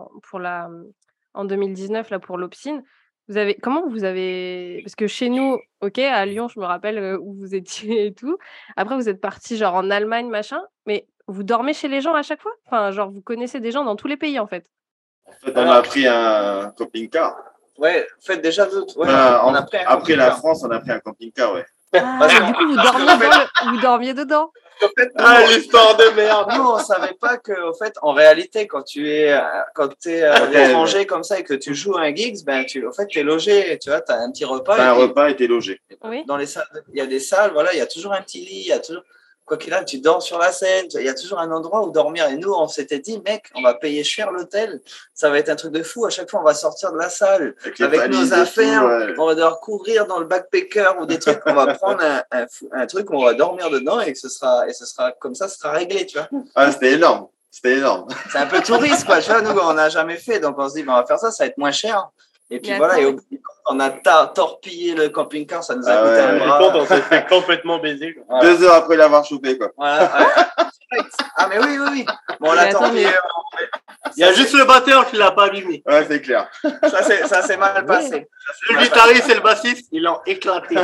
en 2019, là, pour l'Obscene, comment vous avez. Parce que chez nous, ok, à Lyon, je me rappelle où vous étiez et tout. Après, vous êtes parti genre en Allemagne, machin. Mais vous dormez chez les gens à chaque fois? Enfin, genre, vous connaissez des gens dans tous les pays, en fait. En fait, on a pris un camping-car. Ouais, faites déjà d'autres. Ouais, on a pris un Après la camping-car. France, on a pris un camping-car, ouais. Ah, du coup, vous dormiez dedans. En fait, L'histoire de merde! nous, on savait pas que, au fait, en réalité, quand tu es à l'étranger comme ça et que tu joues un gigs, ben, au fait, tu es logé, tu vois, tu as un petit repas. T'as un et puis, repas et t'es logé. Oui. dans les salles, il y a des salles, voilà, il y a toujours un petit lit, il y a toujours, quoi qu'il arrive, tu dors sur la scène, il y a toujours un endroit où dormir. Et nous, on s'était dit, mec, on va payer cher l'hôtel, ça va être un truc de fou. À chaque fois, on va sortir de la salle les avec valises nos et affaires, tout, ouais. on va devoir couvrir dans le backpacker ou des trucs. On va prendre un truc où on va dormir dedans et ce sera comme ça, ce sera réglé, tu vois. Ah, c'était énorme. C'était énorme. C'est un peu touriste, quoi. Tu vois, nous, on n'a jamais fait, donc on se dit, ben, on va faire ça, ça va être moins cher. Et puis Mais voilà, attends, et au bout du compte, on a torpillé le camping-car, ça nous a Ah coûté ouais, un ouais. Par bras. contre, on s'est fait complètement baiser, quoi. Voilà. 2 heures après l'avoir chopé, quoi. Voilà, ouais. Ah, mais oui. Bon, on Mais l'a attends, torpillé. Il y a juste le batteur qui l'a pas abîmé. Ouais, c'est clair. Ça s'est mal passé. Le guitariste et le bassiste, ils l'ont éclaté.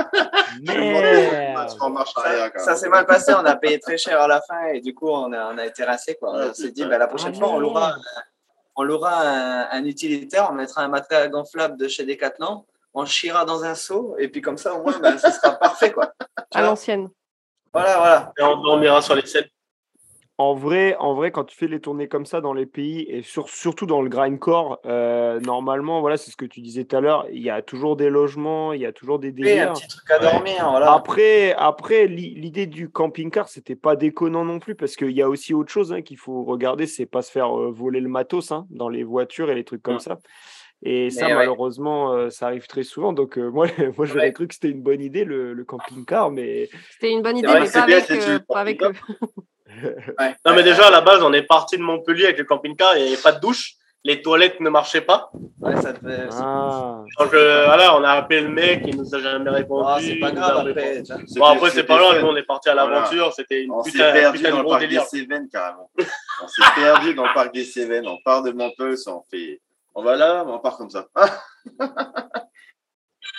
Merde. En marche arrière, quand Ça même. s'est mal passé, on a payé très cher à la fin et du coup, on a été rincé, quoi. Ouais, On s'est dit, putain. ben, la prochaine fois, on louera un utilitaire, on mettra un matelas gonflable de chez Decathlon, on le chiera dans un seau et puis comme ça, au moins, ben, ce sera parfait, quoi. Tu À vois. l'ancienne. Voilà. Et on dormira sur les scènes. En vrai, quand tu fais les tournées comme ça dans les pays et surtout dans le grindcore, normalement, voilà, c'est ce que tu disais tout à l'heure, il y a toujours des logements, il y a toujours des Et un délires. petit truc à dormir, voilà. Après, l'idée du camping-car, c'était pas déconnant non plus, parce qu'il y a aussi autre chose qu'il faut regarder, c'est pas se faire voler le matos dans les voitures et les trucs comme ça. Et ça, Mais ouais. malheureusement, ça arrive très souvent. Donc, moi j'aurais cru que c'était une bonne idée, le camping-car, mais C'était une bonne idée, vrai mais que pas c'est bien, avec, c'est pas avec eux. Ouais. Non, mais déjà, à la base, on est parti de Montpellier avec le camping-car, il n'y avait pas de douche, les toilettes ne marchaient pas. Ouais, ça te fait. Ah. Donc voilà, on a appelé le mec, il nous a jamais répondu. Ah, c'est pas il nous grave a après. répondu. tu vois. Bon, après, c'est pas grave, fun. nous, on est parti à l'aventure, c'était une On s'est putain perdu de dans le gros parc des délire. Cévennes, carrément. On s'est perdu dans le parc des Cévennes. On part de Montpellier, on va là, mais on part comme ça.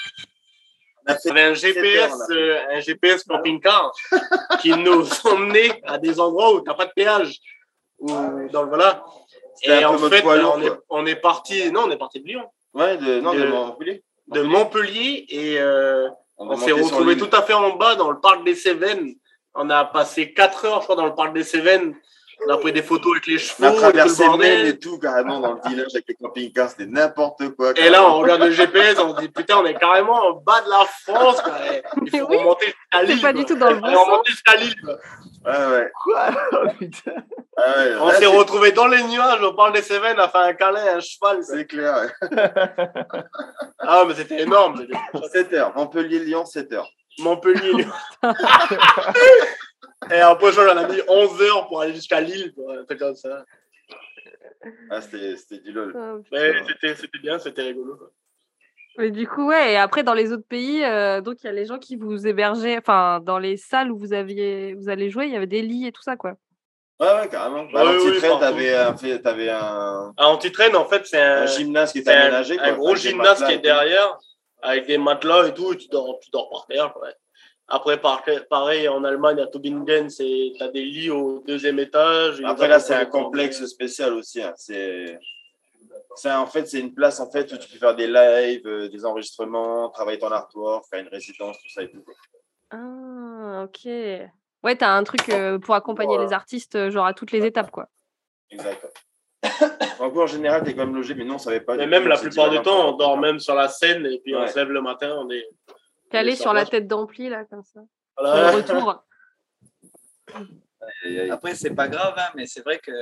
Il y avait un GPS camping-car qui nous emmenait à des endroits où tu n'as pas de péage. Voilà. Et en fait, on est parti de Lyon. Ouais, de Montpellier. De Montpellier et on s'est retrouvé tout à fait en bas dans le parc des Cévennes. On a passé 4 heures, je crois, dans le parc des Cévennes. On a pris des photos avec les chevaux. On a traversé Maine et tout, carrément, dans le village avec les camping-cars. C'était n'importe quoi. Et là, on regarde le GPS, on se dit, putain, on est carrément en bas de la France. Quoi. Il faut remonter jusqu'à Lille. C'est pas du tout dans le bon sens. Remonter jusqu'à Lille. Quoi. Ouais. Quoi? Oh, putain. On s'est retrouvés dans les nuages, au parc des Cévennes, à faire un câlin à un cheval. Quoi. C'est clair, ouais. Ah, mais c'était énorme. 7 heures. Montpellier-Lyon, 7 heures. Montpellier-Lyon. Et après, on a mis 11 heures pour aller jusqu'à Lille, quoi, un truc comme ça. Ah, c'était du lol. Mais c'était bien, c'était rigolo. Quoi. Mais du coup, ouais, et après, dans les autres pays, donc il y a les gens qui vous hébergeaient, enfin, dans les salles où vous allez jouer, il y avait des lits et tout ça, quoi. Ouais, carrément. Anti-train, t'avais un. Anti-train, en fait, c'est un gymnase qui est aménagé. Un gros gymnase qui est derrière, avec des matelas et tout, et tu dors par terre, quoi. Après, pareil, en Allemagne, à Tübingen, tu as des lits au 2e étage. Après, là, c'est un complexe spécial aussi. Hein. En fait, c'est une place en fait, où tu peux faire des lives, des enregistrements, travailler ton artwork, faire une résidence, tout ça et tout. Quoi. Ah, ok. Ouais, tu as un truc pour accompagner les artistes, genre à toutes les étapes, quoi. Exact. En général, tu es quand même logé, mais non, on ne savait pas. Mais même la plupart du temps, on dort même sur la scène et puis on se lève le matin, on est. Calé sur la tête d'ampli, là, comme ça. Voilà. Sur le retour. Après, c'est pas grave, hein, mais c'est vrai que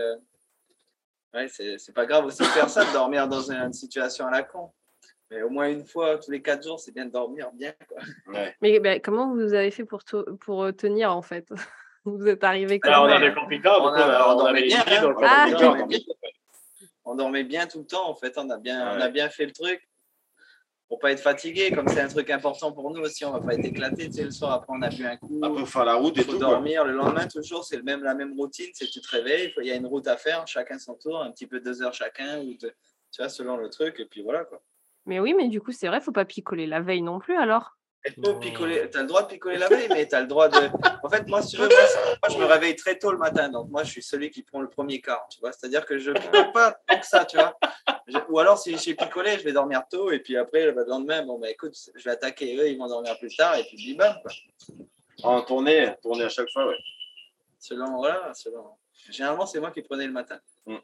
c'est pas grave aussi de faire ça, de dormir dans une situation à la con. Mais au moins une fois tous les 4 jours, c'est bien de dormir bien. Quoi. Ouais. Mais comment vous avez fait pour tenir, en fait? Vous êtes arrivé comment? Alors, on avait le camping-car, on dormait bien dans le camping-car. On dormait bien tout le temps, en fait. On a bien fait le truc. Pour pas être fatigué, comme c'est un truc important pour nous aussi, on va pas être éclaté. Tu sais, le soir, après, on a bu un coup. Après, faire la route et faut tout. Dormir. Quoi. Le lendemain, toujours, c'est la même routine. C'est que tu te réveilles, il y a une route à faire, chacun son tour, un petit peu 2 heures chacun, tu vois, selon le truc, et puis voilà, quoi. Mais oui, mais du coup, c'est vrai, faut pas picoler la veille non plus, alors. Tu as le droit de picoler la veille, mais tu as le droit de. En fait, moi, si tu veux, moi, je me réveille très tôt le matin. Donc, moi, je suis celui qui prend le premier quart. Tu vois, c'est-à-dire que je ne picole pas tant que ça, tu vois. Ou alors, si j'ai picolé, je vais dormir tôt. Et puis après, le lendemain, écoute, je vais attaquer eux, ils vont dormir plus tard. Et puis, bim, quoi. En tournée à chaque fois, ouais. Selon. Généralement, c'est moi qui prenais le matin.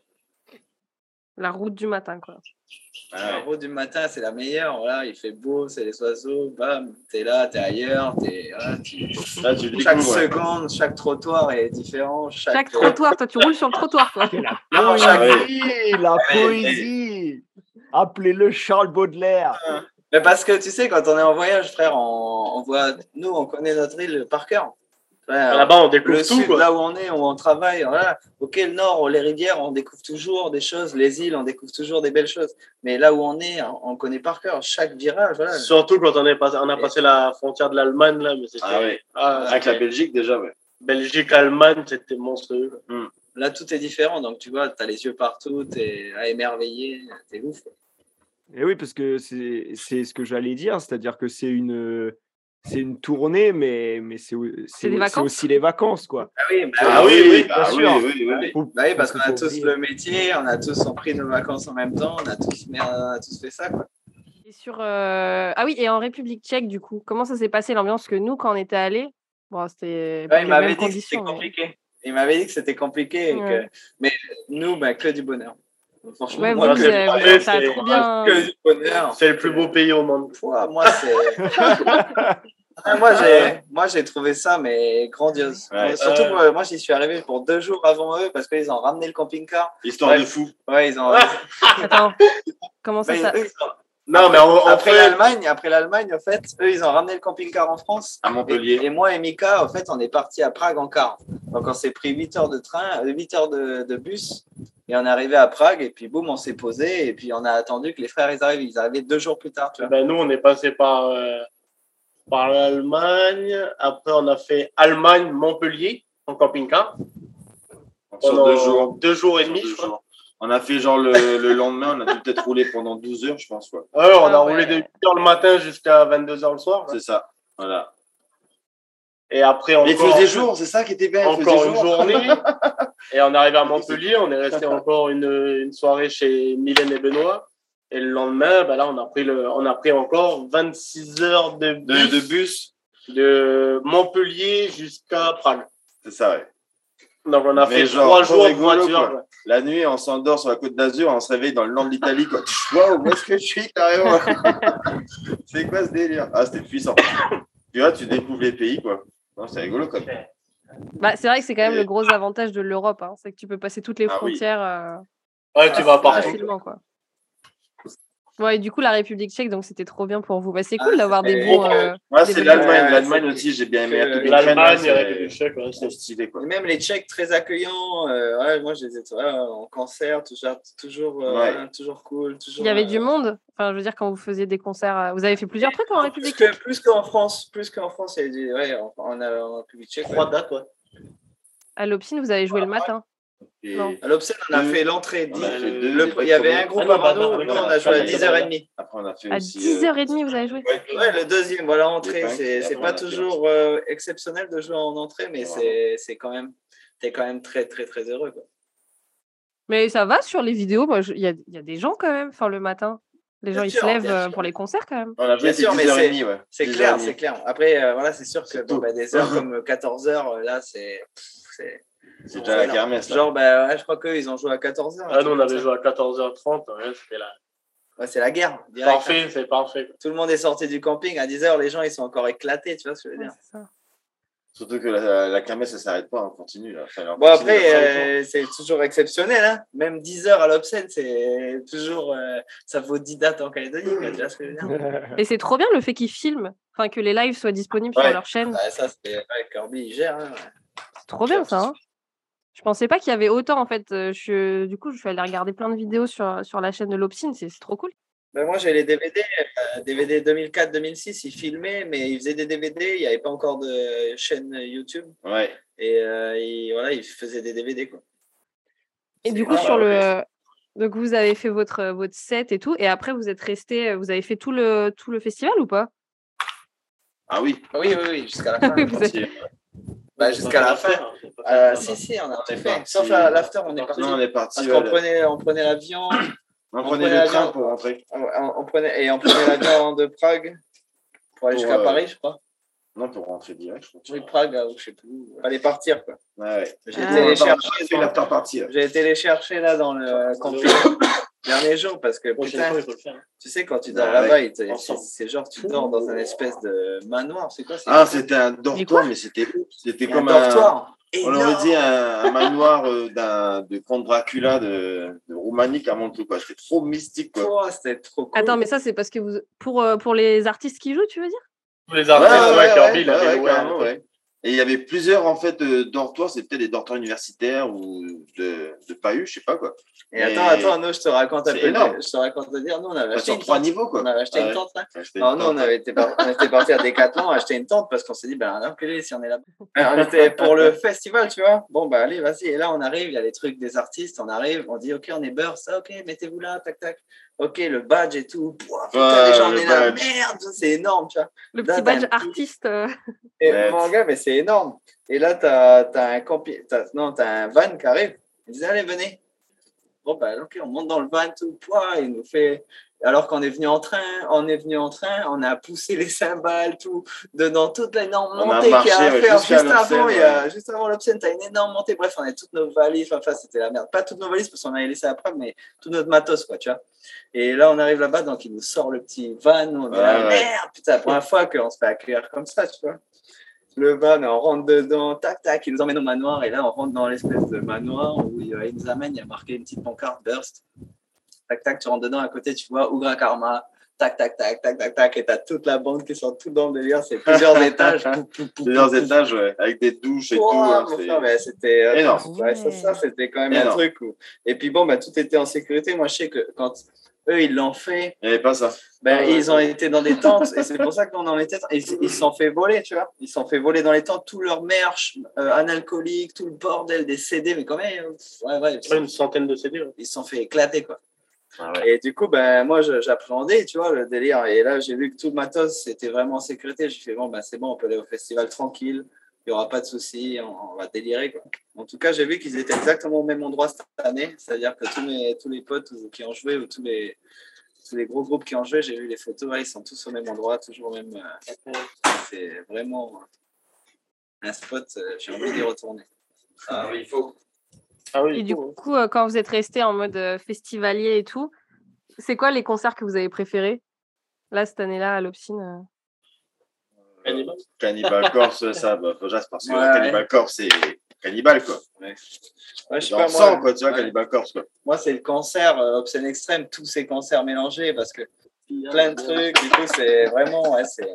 La route du matin, quoi. La route du matin, c'est la meilleure. Voilà, il fait beau, c'est les oiseaux. Bam, t'es là, t'es ailleurs. Chaque seconde, chaque trottoir est différent. Chaque trottoir, toi, tu roules sur le trottoir, quoi. La poésie. Appelez-le Charles Baudelaire. Mais parce que tu sais, quand on est en voyage, frère, on connaît notre île par cœur. Là-bas, on découvre le tout. Sud, Quoi. là où on est, où on travaille. Voilà. Ok, le Nord, les rivières, on découvre toujours des choses. Les îles, on découvre toujours des belles choses. Mais là où on est, on connaît par cœur chaque virage. Voilà. Surtout quand on a passé la frontière de l'Allemagne. Là, mais c'était, avec la Belgique, déjà, ouais. Belgique, Allemagne, c'était monstrueux. Là, tout est différent. Donc, tu vois, tu as les yeux partout, tu es émerveillé. Tu es ouf. Quoi. Et oui, parce que c'est ce que j'allais dire. C'est-à-dire que c'est une tournée, mais c'est aussi les vacances, quoi. Oui, parce qu'on a tous le métier, on pris nos vacances en même temps, on a tous fait ça, quoi. Et et en République tchèque, du coup, comment ça s'est passé l'ambiance? Que nous, quand on était allés, c'était il m'avait dit que c'était compliqué. Il m'avait dit que c'était compliqué, mais nous, que du bonheur. Franchement, moi, ça trop bien. Que du bonheur. C'est le plus beau pays au monde. Moi, c'est. Moi, j'ai trouvé ça mais grandiose. Ouais. Surtout, moi, j'y suis arrivé pour 2 jours avant eux parce qu'ils ont ramené le camping-car. Histoire de fou. Ouais, ils ont. Attends, comment ça Non, mais après l'Allemagne, en fait, eux, ils ont ramené le camping-car en France. À Montpellier. Et moi et Mika, en fait, on est partis à Prague en car. Donc, on s'est pris 8 heures de train, 8 heures de bus. Et on est arrivé à Prague. Et puis, boum, on s'est posé. Et puis, on a attendu que les frères, ils arrivent. Ils arrivaient 2 jours plus tard. Tu vois. Nous, on est passé par l'Allemagne. Après, on a fait Allemagne-Montpellier en camping-car. Sur 2 jours. 2 jours et demi, je crois. On a fait genre le lendemain, on a dû peut-être rouler pendant 12 heures, je pense. Quoi. Ouais, on a Ah roulé ouais. de 8h le matin jusqu'à 22h le soir. C'est ça. Voilà. Et après, Mais il encore, faisait jour, c'est ça qui était bien. Il encore faisait une jour. journée. Et on arrive à Montpellier, on est resté encore une soirée chez Mylène et Benoît. Et le lendemain, bah là, on a pris encore 26 heures de bus, de Montpellier jusqu'à Prague. C'est ça, ouais. Donc, on a Mais fait genre, 3 pas jours de rigolo, voiture. quoi. quoi. La nuit, on s'endort sur la côte d'Azur, on se réveille dans le nord de l'Italie. Quoi. Waouh, où est-ce que je suis carrément? C'est quoi ce délire? Ah, c'était puissant. Tu vois, tu découvres les pays, quoi. Non, c'est rigolo comme. Bah, c'est vrai que c'est quand même Et- le gros avantage de l'Europe, hein, c'est que tu peux passer toutes les Ah oui. frontières Ouais, tu vas partout. facilement, quoi. Ouais, et du coup, la République tchèque, donc c'était trop bien pour vous. Bah, c'est Ah, cool d'avoir des c'était- bons. Moi, des c'est bons l'Allemagne. Ouais, L'Allemagne c'est- aussi, j'ai bien aimé. que La République L'Allemagne tchèque, et la c'est République tchèque, ouais, trop stylé, quoi. Et même les Tchèques très accueillants. Ouais, moi, je les ai en concert, toujours cool. Toujours, Il y avait du monde. Enfin, je veux dire, quand vous faisiez des concerts, vous avez fait plusieurs trucs en République tchèque. Plus qu'en France. Plus qu'en France, il y a du. Ouais, en République tchèque. 3 dates, ouais. À l'Opsine, vous avez joué le matin. Et Non. À l'Obscène, on a Deux. fait l'entrée. On a fait Le- deux. Le- les deux il y avait premiers. un groupe Ah non, avant nous, bah, nous bah, on a joué à bah, 10h30. Après, on a fait À aussi. 10h30, vous avez joué. Ouais, le deuxième, voilà, entrée. punks, et C'est après, pas on a fait toujours exceptionnel de jouer en entrée, mais Ouais. c'est quand même. T'es quand même très, très, très heureux. Quoi. Mais ça va sur les vidéos. Moi, il y a des gens quand même, enfin, le matin. Les gens, Bien ils sûr, se lèvent bien sûr. pour les concerts quand même. On a joué Bien sûr, mais 10h30, ouais. C'est 10h30. clair, c'est clair. Après, voilà, c'est sûr que C'est bon, tout. bah, des heures comme 14h, là, c'est C'est déjà la énorme. kermesse. là. Genre, bah, ouais, je crois qu'eux, ils ont joué à 14h. Ah, nous, on avait joué à 14h30. Ouais, c'était là. Ouais, c'est la guerre. Direct, Parfait, hein. c'est parfait. Tout le monde est sorti du camping à 10h, les gens, ils sont encore éclatés, tu vois ce que je veux Ouais, dire. c'est ça. Surtout que la kermesse, ça s'arrête pas, on continue. Là. Enfin, on Bon, continue, là. après, c'est toujours exceptionnel. Hein. Même 10 heures à l'Obscène, c'est toujours. Ça vaut 10 dates en Calédonie. Quoi, tu vois ce que je veux dire. Et c'est trop bien le fait qu'ils filment, enfin que les lives soient disponibles Ouais. sur leur chaîne. Ouais, ça, c'est. Ouais, Kirby, il gère. Hein. C'est trop bien ça. Hein. Je pensais pas qu'il y avait autant en fait. Du coup, je suis allée regarder plein de vidéos sur la chaîne de l'Opsine. C'est trop cool. Ben, moi, j'ai les DVD. DVD 2004-2006, ils filmaient, mais ils faisaient des DVD. Il n'y avait pas encore de chaîne YouTube. Ouais. Et voilà, ils faisaient des DVD. Quoi. Et du coup, énorme, sur ouais. donc vous avez fait votre set et tout, et après vous êtes resté, vous avez fait tout le festival ou pas? Ah oui. Oui, jusqu'à la fin. Oui, vous êtes- Si. Bah, jusqu'à la fin. Si, on a tout fait. Sauf à l'after, on est parti. Non, on est parti. Parce qu'on prenait l'avion. On on prenait prenait le train l'avion. pour rentrer. On prenait l'avion de Prague pour aller Pour, jusqu'à Paris, je crois. Non, pour rentrer direct, je crois. Oui, Prague, ou je sais plus. où. Fallait partir, quoi. Ouais. J'ai Ah. été les On a chercher. fait l'after party. là. J'ai été les chercher là dans le camping dernier jour parce que putain, tu sais, quand tu dors Ah, là-bas, ouais. c'est genre tu dors dans un espèce de manoir. C'est quoi? Ah, c'était un Mais dortoir, quoi mais c'était un comme dortoir. On aurait dit un manoir de comte Dracula de Roumanie qui remonte tout, quoi. C'était trop mystique, quoi. Oh, c'était trop cool. Attends, mais ça c'est parce que vous pour les artistes qui jouent, tu veux dire? Les artistes, ouais, Kirby, il avait loué carrément, un- ouais. Et il y avait plusieurs, en fait, dortoirs. C'était peut-être des dortoirs universitaires ou de PAU, je sais pas, quoi. Et attends, nous, je te raconte un C'est peu. énorme. Je te raconte à dire, nous, on avait acheté Sur une 3 tente. niveaux, quoi. On avait acheté une Ouais. tente là. Ouais, c'était Alors, une nous, on tente. était parti à Decathlon acheter une tente parce qu'on s'est dit, ben, on enculé si on est là. On était pour le festival, tu vois. Bon, bah, allez, vas-y. Et là, on arrive, il y a les trucs des artistes. On arrive, on dit, OK, on est Burst. Ah, OK, mettez-vous là, tac, tac. OK, le badge et tout. Pouah, putain, Ouais, les gens, on le est là. badge. Merde, c'est énorme, tu vois. Le Là, petit t'as badge un petit- artiste. Et Ouais. mon gars, mais c'est énorme. Et là, t'as un van qui arrive. Il dit, allez, venez. Bon, bah, OK, on monte dans le van, tout. Pouah, il nous fait. Alors qu'on est venu en train, on a poussé les cymbales, tout, dans toute l'énorme On a montée qu'il y a à marché, ouais, faire. jusqu'à l'Obscène, Juste avant l'Obscène, t'as une énorme montée. Bref, on a toutes nos valises. Enfin, c'était la merde. Pas toutes nos valises parce qu'on avait laissé à Prague, mais tout notre matos, quoi, tu vois. Et là, on arrive là-bas, donc il nous sort le petit van. On est là, Ouais. merde, putain, la première fois qu'on se fait accueillir comme ça, tu vois. Le van, on rentre dedans, tac, tac, il nous emmène au manoir. Et là, on rentre dans l'espèce de manoir où il nous amène, il y a marqué une petite pancarte Burst. Tac, tac, tu rentres dedans, à côté, tu vois Ugra Karma. Tac, tac, tac, tac, tac, tac. Et t'as toute la bande qui sont tout dans le délire. C'est plusieurs étages. Plusieurs étages, ouais, avec des douches et Wow, tout. hein, mon c'est- frère, mais c'était énorme. Ouais, ça, c'était quand même un Énorme. truc où... Et puis bon, bah, tout était en sécurité. Moi, je sais que quand eux, ils l'ont fait. Il n'y avait pas ça. Ils ont été dans des tentes et c'est pour ça qu'on en était. Ils se sont fait voler, tu vois. Ils se sont fait voler dans les tentes tout leur merch, analcoolique, tout le bordel des CD, mais quand même, Une centaine de CD. Ouais. ils se sont fait éclater, quoi. Ah ouais. Et du coup, moi, j'appréhendais, tu vois, le délire. Et là, j'ai vu que tout le matos, c'était vraiment en sécurité. J'ai fait, bon, c'est bon, on peut aller au festival tranquille. Il n'y aura pas de souci, on va délirer, quoi. En tout cas, j'ai vu qu'ils étaient exactement au même endroit cette année. C'est-à-dire que tous les potes qui ont joué ou tous les gros groupes qui ont joué, j'ai vu les photos, ils sont tous au même endroit, toujours au même. C'est vraiment un spot, j'ai envie d'y retourner. Ah oui, il faut. Ah oui, Et du coup, quand vous êtes resté en mode festivalier et tout, c'est quoi les concerts que vous avez préférés là cette année-là à l'Obscene Cannibal Corpse, ça, déjà, c'est parce que Ouais. Cannibal Corpse, c'est Cannibal, quoi. Ouais, je sais Dans pas, le sang, moi. quoi, tu vois, Ouais. Cannibal Corpse, quoi. Moi, c'est le concert Obscene Extreme, tous ces concerts mélangés parce que plein de trucs, du coup, c'est vraiment. Ouais, c'est...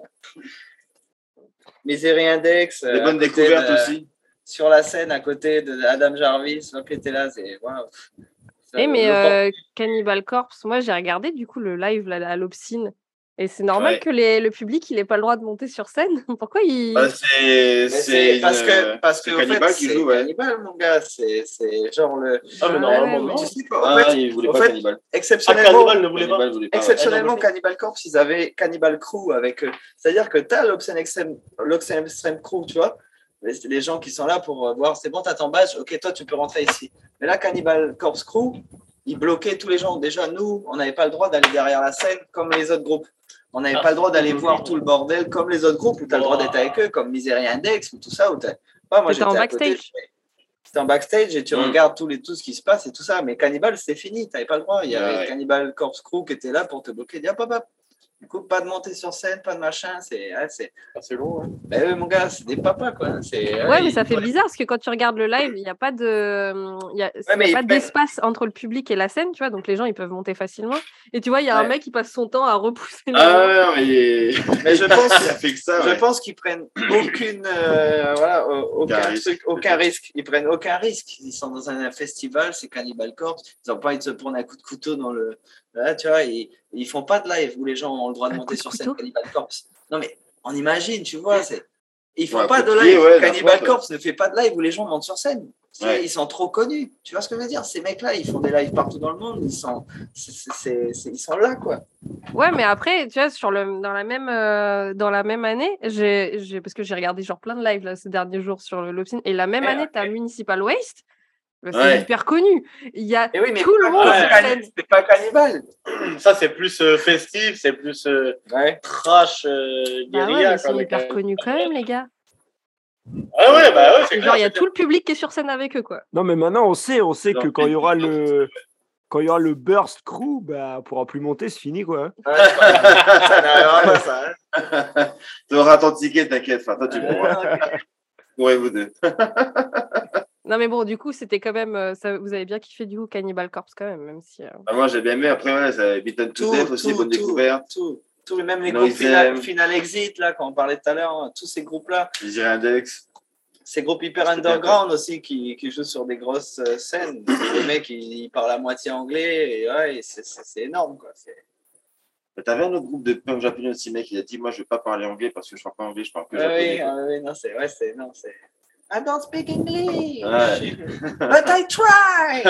Misery Index. Des bonnes à côté découvertes aussi. Sur la scène, à côté de Adam Jarvis, qui était là, c'est. Waouh. mais Cannibal Corpse, moi j'ai regardé du coup le live là, à l'Obscene. Et c'est normal Ouais. que le public il ait pas le droit de monter sur scène. Pourquoi il. Bah, c'est parce que Cannibal en fait, qui c'est joue, ouais. Cannibal, mon gars, c'est genre le. Ah, mais Ouais, normalement, ouais, non. Tu sais quoi, en fait, il voulait en pas fait, Cannibal. exceptionnellement, Cannibal ne voulait pas. Cannibal voulait pas. exceptionnellement, ouais. Cannibal Corpse, ils avaient Cannibal Crew avec eux. C'est-à-dire que tu as l'Obscene Extreme Crew, tu vois. Les gens qui sont là pour voir, c'est bon, t'as ton badge, ok, toi tu peux rentrer ici. Mais là, Cannibal Corpse Crew, ils bloquaient tous les gens. Déjà, nous, on n'avait pas le droit d'aller derrière la scène comme les autres groupes. On n'avait pas le droit d'aller voir tout le bordel comme les autres groupes où tu as le droit d'être avec eux, comme Misery Index ou tout ça. Moi, T'étais j'étais en à côté. backstage. C'était en backstage et tu Mm. regardes tout ce qui se passe et tout ça. Mais Cannibal, c'est fini, tu n'avais pas le droit. Il y avait Ouais. Cannibal Corpse Crew qui était là pour te bloquer. Dis, hop, hop, hop. Du coup, pas de montée sur scène, pas de machin. C'est long. Hein. Ben, eux, mon gars, c'est des papas, quoi. Ouais, mais ça fait bizarre parce que quand tu regardes le live, il n'y a pas de, il y a mais ils pas prennent- d'espace entre le public et la scène, tu vois, donc les gens ils peuvent monter facilement. Et tu vois, il y a un Ouais. mec qui passe son temps à repousser les gens. Ah ouais, non, mais Mais je pense, il a fait que ça, je ouais. pense qu'ils prennent aucun risque. Ils prennent aucun risque. Ils sont dans un festival, c'est Cannibal Corpse. Ils n'ont pas envie de se prendre un coup de couteau dans le. Là, tu vois, ils font pas de live où les gens ont le droit de Un monter coup de sur couteau scène Cannibal Corpse. Non, mais on imagine, tu vois, ils font Ouais, pas de coup de live. pied, ouais, Cannibal d'accord, Corpse ne fait pas de live où les gens montent sur scène. Tu sais, Ouais. ils sont trop connus. Tu vois ce que je veux dire? Ces mecs-là, ils font des lives partout dans le monde. Ils sont là, quoi. Ouais, mais après, tu vois, dans la même année, parce que j'ai regardé genre plein de lives là, ces derniers jours sur l'Obscene, et la même année, tu as Municipal Waste, bah, c'est Ouais. hyper connu. Il y a Et oui, mais tout le monde ouais, sur scène. c'est pas Cannibal. Ça, c'est plus festif, c'est plus Ouais. trash, Bah ouais, guérilla. mais ils quoi, sont mais hyper connus quand même, les gars. Ah ouais, bah ouais, c'est Et genre, clair. il y a tout le public qui est sur scène avec eux, quoi. Non, mais maintenant, on sait que Non, quand il y aura mais- quand il y aura le Burst Crew, bah, on pourra plus monter, c'est fini, quoi. Ouais, ça n'arrivera pas, ça. Hein. Tu auras ton ticket, t'inquiète. Enfin, toi, tu pourras. Ouais, vous deux. Non, mais bon, du coup, c'était quand même. Vous avez bien kiffé du coup Cannibal Corpse quand même si. Ah, moi, j'ai bien aimé. Après, ouais, ça Beaten to Death aussi, bonne découverte. Même les Noise groupes M. Final Exit, là, quand on parlait tout à l'heure, hein, tous ces groupes-là, Misery Index. ces groupes hyper C'était underground aussi qui jouent sur des grosses scènes. Les mecs, ils parlent à moitié anglais et ouais, c'est énorme, quoi. T'avais un autre groupe de punk japonais aussi, mec. Il a dit, moi, je vais pas parler anglais parce que je parle pas anglais, je parle que japonais. quoi. Oui, non, c'est. I don't speak English, Ouais. but I try.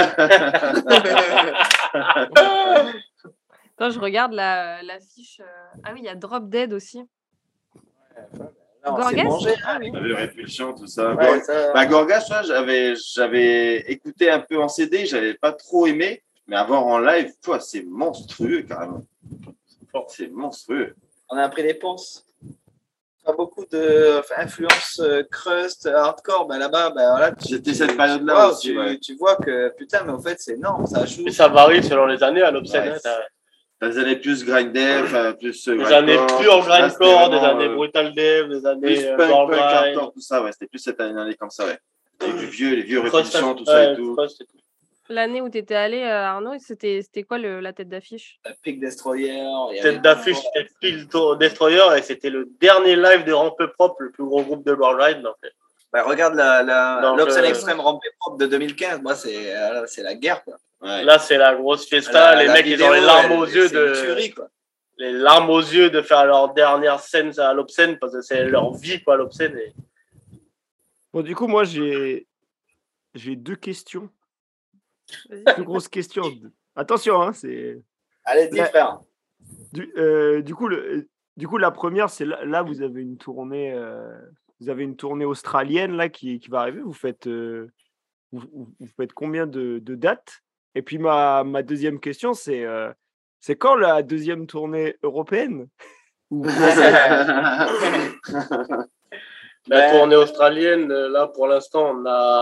Attends, je regarde l'affiche. Ah oui, il y a Drop Dead aussi. Non, c'est Gorgas mangé. Ah oui. T'avais Répulsion, tout ça. Ouais, ça- Bah, Gorgas, tu vois, j'avais écouté un peu en CD, j'avais pas trop aimé, mais à voir en live, toi, c'est monstrueux, carrément. C'est monstrueux. On a pris des ponces. Pas beaucoup d'influence crust, hardcore, ben là-bas, ben voilà. C'était cette période-là aussi, ouais. Tu vois que, putain, mais en fait, c'est énorme, ça joue. Et ça varie selon les années à l'Obscene. Ouais, hein, t'as T'as des années plus grind death, enfin, plus des années pure grindcore, des années brutal, brutal death, des plus années punk, Born punk, Grind, hardcore, tout ça, ouais. C'était plus cette année comme ça, ouais. Avec les vieux Crust, répulsions, tout ça et ouais, tout. Crust et tout. L'année où tu étais allé, Arnaud, c'était quoi la tête d'affiche? Peak Destroyer. il y avait- Tête d'affiche, c'était Pile Destroyer et c'était le dernier live de Rampe Propre, le plus gros groupe de Born Grind. Donc, Ben, regarde Donc, l'Obscene Extreme Rampé Propre de 2015. Moi, c'est la guerre, quoi. Ouais. Là, c'est la grosse fiesta. Les mecs, ils ont les larmes aux yeux c'est une tuerie, quoi. les larmes aux yeux de faire leur dernière scène à l'Obscène parce que c'est leur vie, quoi, l'Obscène. Et... Bon, du coup, moi, j'ai 2 questions. Vas-y. 2 grosses questions. Attention, hein, c'est... Allez, dis, Ouais. frère. Du coup, la première, c'est là vous avez une tournée australienne là qui va arriver. Vous faites combien de dates? Et puis ma deuxième question, c'est quand la deuxième tournée européenne? Ou La tournée australienne, là, pour l'instant,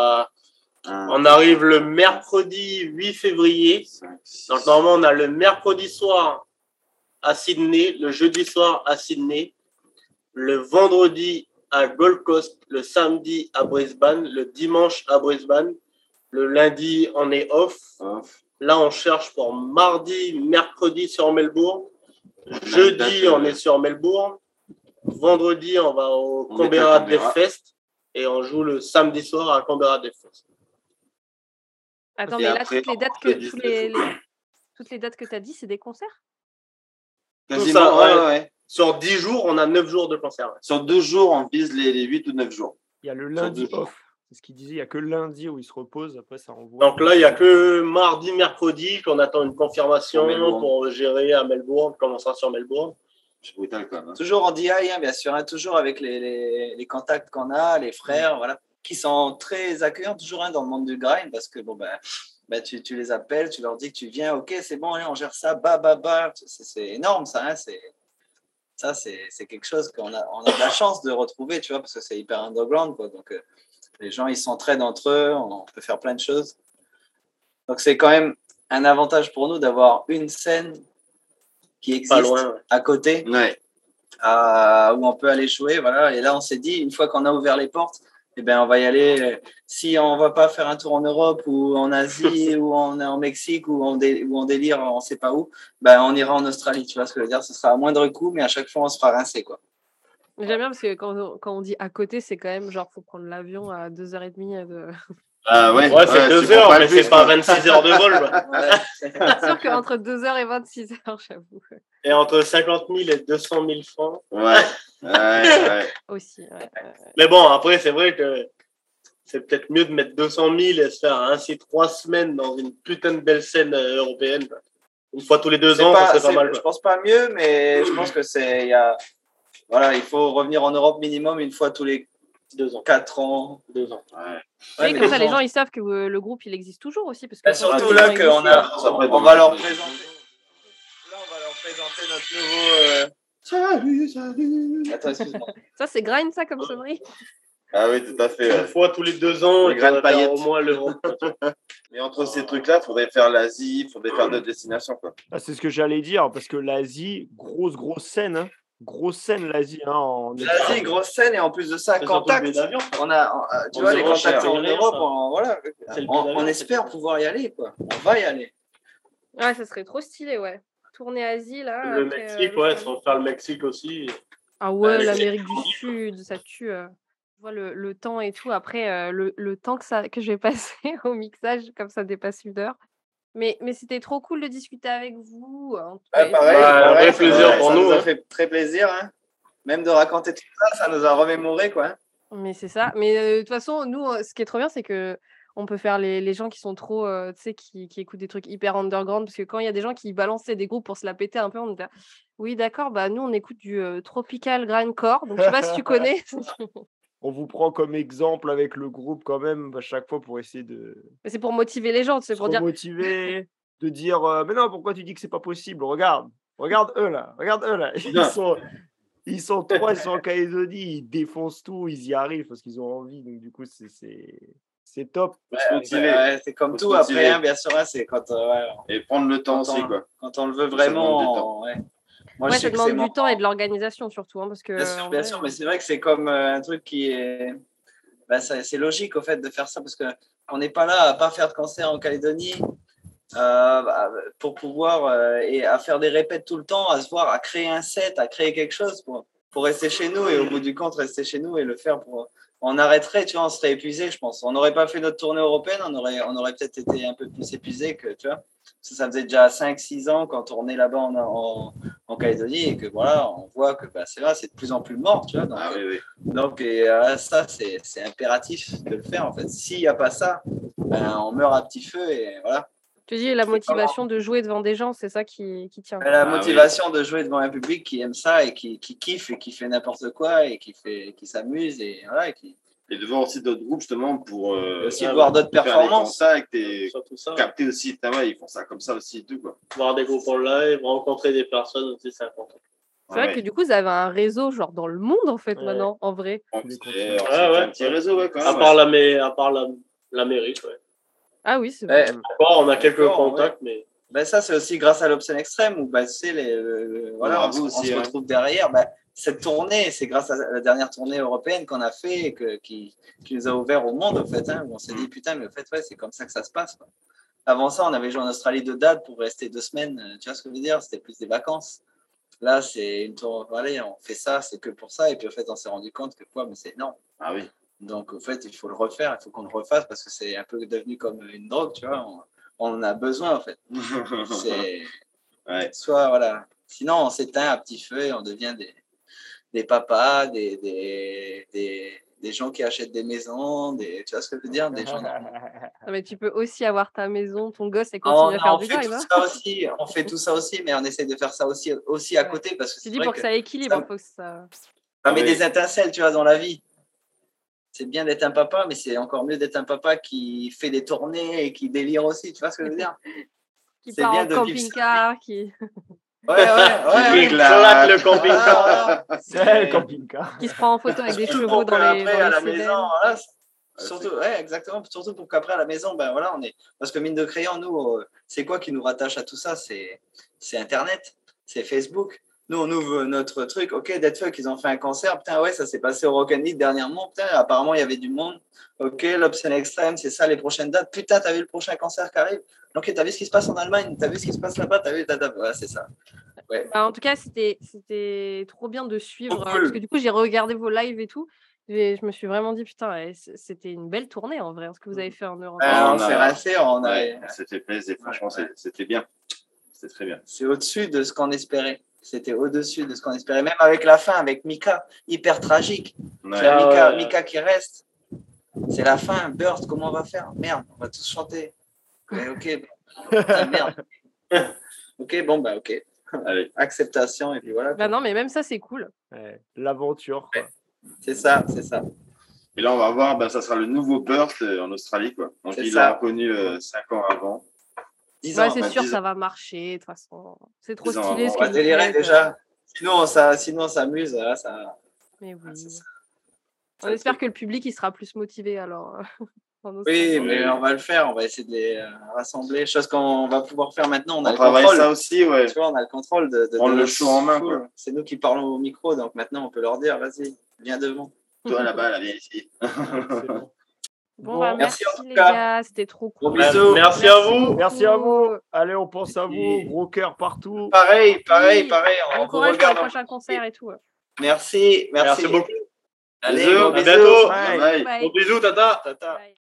on arrive le mercredi 8 février. Donc, normalement, on a le mercredi soir à Sydney, le jeudi soir à Sydney, le vendredi à Gold Coast, le samedi à Brisbane, le dimanche à Brisbane, le lundi, on est off. Là, on cherche pour mardi, mercredi sur Melbourne. Jeudi, on est sur Melbourne. Vendredi, on va au Canberra Death Fest et on joue le samedi soir à Canberra Death Fest. Attends, Et mais là, après, toutes les dates on fait que, du toutes les dates que tu as dit, c'est des concerts? Quasiment, ça, ouais. Sur 10 jours, on a 9 jours de concert. Sur 2 jours, on vise les 8 ou 9 jours. il y a le Sur lundi 2 jours. off. C'est ce qu'il disait. Il y a que le lundi où il se repose. Après, ça envoie. Donc là, il n'y a que mardi, mercredi qu'on attend une confirmation Pour Melbourne. pour gérer à Melbourne, comment ça sur Melbourne. C'est brutal quand même. Hein. Toujours en DI, hein, bien sûr, hein, toujours avec les contacts qu'on a, les frères, voilà, qui sont très accueillants, toujours hein, dans le monde du grind, parce que bon, tu les appelles, tu leur dis que tu viens, ok, c'est bon, allez, on gère ça, c'est énorme ça, hein, c'est quelque chose qu'on a, on a de la chance de retrouver, tu vois, parce que c'est hyper underground, quoi, donc les gens, ils s'entraident entre eux, on peut faire plein de choses. Donc c'est quand même un avantage pour nous d'avoir une scène qui existe Pas loin, ouais. à côté, Ouais. où on peut aller jouer. Voilà. Et là, on s'est dit, une fois qu'on a ouvert les portes, eh ben, on va y aller. Si on ne va pas faire un tour en Europe ou en Asie ou en Mexique ou en délire, on ne sait pas où, ben, on ira en Australie. Tu vois ce que je veux dire? Ce sera à moindre coût, mais à chaque fois, on se fera rincer, quoi. J'aime bien parce que quand on dit à côté, c'est quand même genre, faut prendre l'avion à 2h30 de. Ah ouais, Ouais, c'est 2 pour heures, pas mais le plus, c'est pas quoi. 26 heures de vol. Quoi. C'est sûr qu'entre 2h et 26h, j'avoue. Et entre 50 000 et 200 000 francs. Ouais. Aussi, ouais. Mais bon, après, c'est vrai que c'est peut-être mieux de mettre 200 000 et se faire ainsi 3 semaines dans une putain de belle scène européenne. Quoi. Une fois tous les 2 ans, c'est pas mal. Je pense pas mieux, mais je pense que voilà, il faut revenir en Europe minimum une fois tous les 2 ans. 4 ans. 2 ans. Ouais. Oui, mais comme ça, les gens- gens, ils savent que le groupe, il existe toujours aussi. Parce que surtout là, on va leur présenter. Là, on va leur présenter notre nouveau. Salut. Attends, excuse-moi. Ça, c'est grind, ça, comme sonnerie. Ah oui, tout à fait. Une fois tous les 2 ans, Les il graines faudrait faire paillettes. au moins l'Europe. Mais entre ces trucs-là, il faudrait faire l'Asie, il faudrait faire d'autres destinations. Quoi. Ah, c'est ce que j'allais dire, parce que l'Asie, grosse scène, hein. Grosse scène, l'Asie. Hein, L'Asie, grosse scène, et en plus de ça, C'est surtout le contact. billet d'avion. On a, tu On vois, se les rend contacts cher. en Europe, voilà. C'est le billet On d'avion, espère c'est- pouvoir y aller, quoi. On va y aller. Ouais, ça serait trop stylé, ouais. Tournée Asie, là. Le après, Mexique, l'Australie. ouais, sans faire le Mexique aussi. Ah ouais, Ouais, l'Amérique du Sud, ça tue. Je vois le temps et tout. Après, le temps que je vais passer au mixage, comme ça dépasse 1 heure. Mais c'était trop cool de discuter avec vous. En tout cas, Ouais, pareil, un vrai plaisir pour ça nous, nous a hein. fait très plaisir, hein. Même de raconter tout ça, ça nous a remémoré, quoi. Mais c'est ça. Mais de toute façon, nous, ce qui est trop bien, c'est que on peut faire les gens qui sont trop, tu sais, qui écoutent des trucs hyper underground. Parce que quand il y a des gens qui balançaient des groupes pour se la péter un peu, on dit oui, d'accord, bah nous, on écoute du tropical grindcore. Donc, je sais pas si tu connais. On vous prend comme exemple avec le groupe quand même à chaque fois pour essayer de Mais c'est pour motiver les gens, c'est se pour dire. remotiver, de dire mais non, pourquoi tu dis que c'est pas possible? Regarde eux là, ils sont 3, ils sont en Calédonie, ils défoncent tout, ils y arrivent parce qu'ils ont envie. Donc du coup, c'est top. C'est comme Faut tout se après, motiver. hein, bien sûr, hein, c'est quand, Et prendre le temps Quand aussi. on- Quoi. quand on le veut Ça demande du vraiment. temps. Ouais. Moi, Ouais, je sais ça que c'est demande du mon- temps et de l'organisation surtout. Hein, parce que, Bien sûr, mais c'est vrai que c'est comme un truc qui est. C'est logique au fait de faire ça parce qu'on n'est pas là à pas faire de concert en Calédonie pour pouvoir et à faire des répètes tout le temps, à se voir, à créer un set, à créer quelque chose. faut rester chez nous et au bout du compte, rester chez nous et le faire pour. On arrêterait, tu vois, on serait épuisé, je pense. On n'aurait pas fait notre tournée européenne, on aurait peut-être été un peu plus épuisé que, tu vois. Parce que ça faisait déjà 5-6 ans qu'on tournait là-bas en Calédonie et que voilà, on voit que c'est là, c'est de plus en plus mort, tu vois. Donc, donc ça, c'est impératif de le faire, en fait. S'il n'y a pas ça, on meurt à petit feu et voilà. Tu dis la motivation de jouer devant des gens, c'est ça qui tient. La motivation de jouer devant un public qui aime ça et qui kiffe et qui fait n'importe quoi et qui s'amuse et voilà. Et de voir aussi d'autres groupes justement pour aussi de voir d'autres performances. Capter aussi, ils font ça comme ça aussi et tout quoi. Voir des groupes en live, rencontrer des personnes aussi, c'est important. C'est vrai que du coup, vous avez un réseau genre dans le monde en fait maintenant, en vrai. On fait un petit réseau, quand même. À part l'Amérique, ouais. Ah oui, c'est vrai. On a quelques contacts, mais. Ça, c'est aussi grâce à l'Obscene Extreme où voilà, on se retrouve derrière. Cette tournée, c'est grâce à la dernière tournée européenne qu'on a fait et qui nous a ouvert au monde, en fait. Où on s'est dit, putain, mais en fait, c'est comme ça que ça se passe. Quoi. Avant ça, on avait joué en Australie 2 dates pour rester 2 semaines. Tu vois ce que je veux dire? C'était plus des vacances. Là, c'est une tournée. Allez, on fait ça, c'est que pour ça. Et puis, en fait, on s'est rendu compte que mais c'est énorme. Ah oui. Donc, en fait, il faut le refaire, il faut qu'on le refasse parce que c'est un peu devenu comme une drogue, tu vois. On en a besoin, en fait. Soit, voilà. Sinon, on s'éteint à petit feu et on devient des papas, des gens qui achètent des maisons, tu vois ce que je veux dire? Des gens. Mais tu peux aussi avoir ta maison, ton gosse et continuer à faire du live. On fait tout ça aussi, mais on essaie de faire ça aussi à côté parce que tu dis pour que ça équilibre, faut que ça. Ça met des étincelles, tu vois, dans la vie. C'est bien d'être un papa, mais c'est encore mieux d'être un papa qui fait des tournées et qui délire aussi, tu vois ce que je veux dire? Qui part en camping-car, qui... Ouais. Qui claque le camping-car. C'est le camping-car. Qui se prend en photo avec des chevaux dans les à la maison, voilà. Surtout, exactement. Surtout pour qu'après à la maison, voilà, on est. Parce que mine de crayon, nous, c'est quoi qui nous rattache à tout ça? C'est Internet, c'est Facebook. Nous, on ouvre notre truc. Ok, Dead Fuck, ils ont fait un concert. Putain, ça s'est passé au Rock and League dernièrement. Putain, apparemment, il y avait du monde. Ok, l'Obscene Extreme, c'est ça les prochaines dates. Putain, t'as vu le prochain concert qui arrive? Ok, t'as vu ce qui se passe en Allemagne? T'as vu ce qui se passe là-bas? T'as vu? Ouais, c'est ça. Ouais. En tout cas, c'était trop bien de suivre. Parce que du coup, j'ai regardé vos lives et tout. Je me suis vraiment dit, putain, c'était une belle tournée en vrai, ce que vous avez fait en Europe. On s'est rincé, c'était plaisir, franchement, c'était bien. C'était très bien. C'est au-dessus de ce qu'on espérait. C'était au-dessus de ce qu'on espérait. Même avec la fin, avec Mika, hyper tragique. Mika qui reste. C'est la fin. Burst, comment on va faire? Merde, on va tous chanter. Ok. Merde. Ok, ok. Allez. Acceptation, et puis voilà. Non, mais même ça, c'est cool. L'aventure, quoi. C'est ça. Et là, on va voir, ça sera le nouveau Burst en Australie, quoi. Donc, il l'a connu 5 ans avant. 10 ans, c'est sûr, ça va marcher. De toute façon, c'est trop stylé. On va délirer déjà. Sinon, on s'amuse. Là, ça... Mais oui. On espère que le public il sera plus motivé alors. Oui, mais on va le faire. On va essayer de les rassembler. Chose qu'on va pouvoir faire maintenant. On travaille ça aussi, ouais. Tu vois, on a le contrôle de prendre le show en main. Quoi. C'est nous qui parlons au micro, donc maintenant on peut leur dire, vas-y, viens devant. Toi là-bas, viens ici. Bon, merci les gars, c'était trop cool. Bisous. Merci à vous. Merci à vous. Allez, on pense à vous. Gros cœur partout. Pareil. On courage pour le prochain concert et tout. Merci beaucoup. Allez, à bientôt. Bye. Bon bisous, tata. Bye.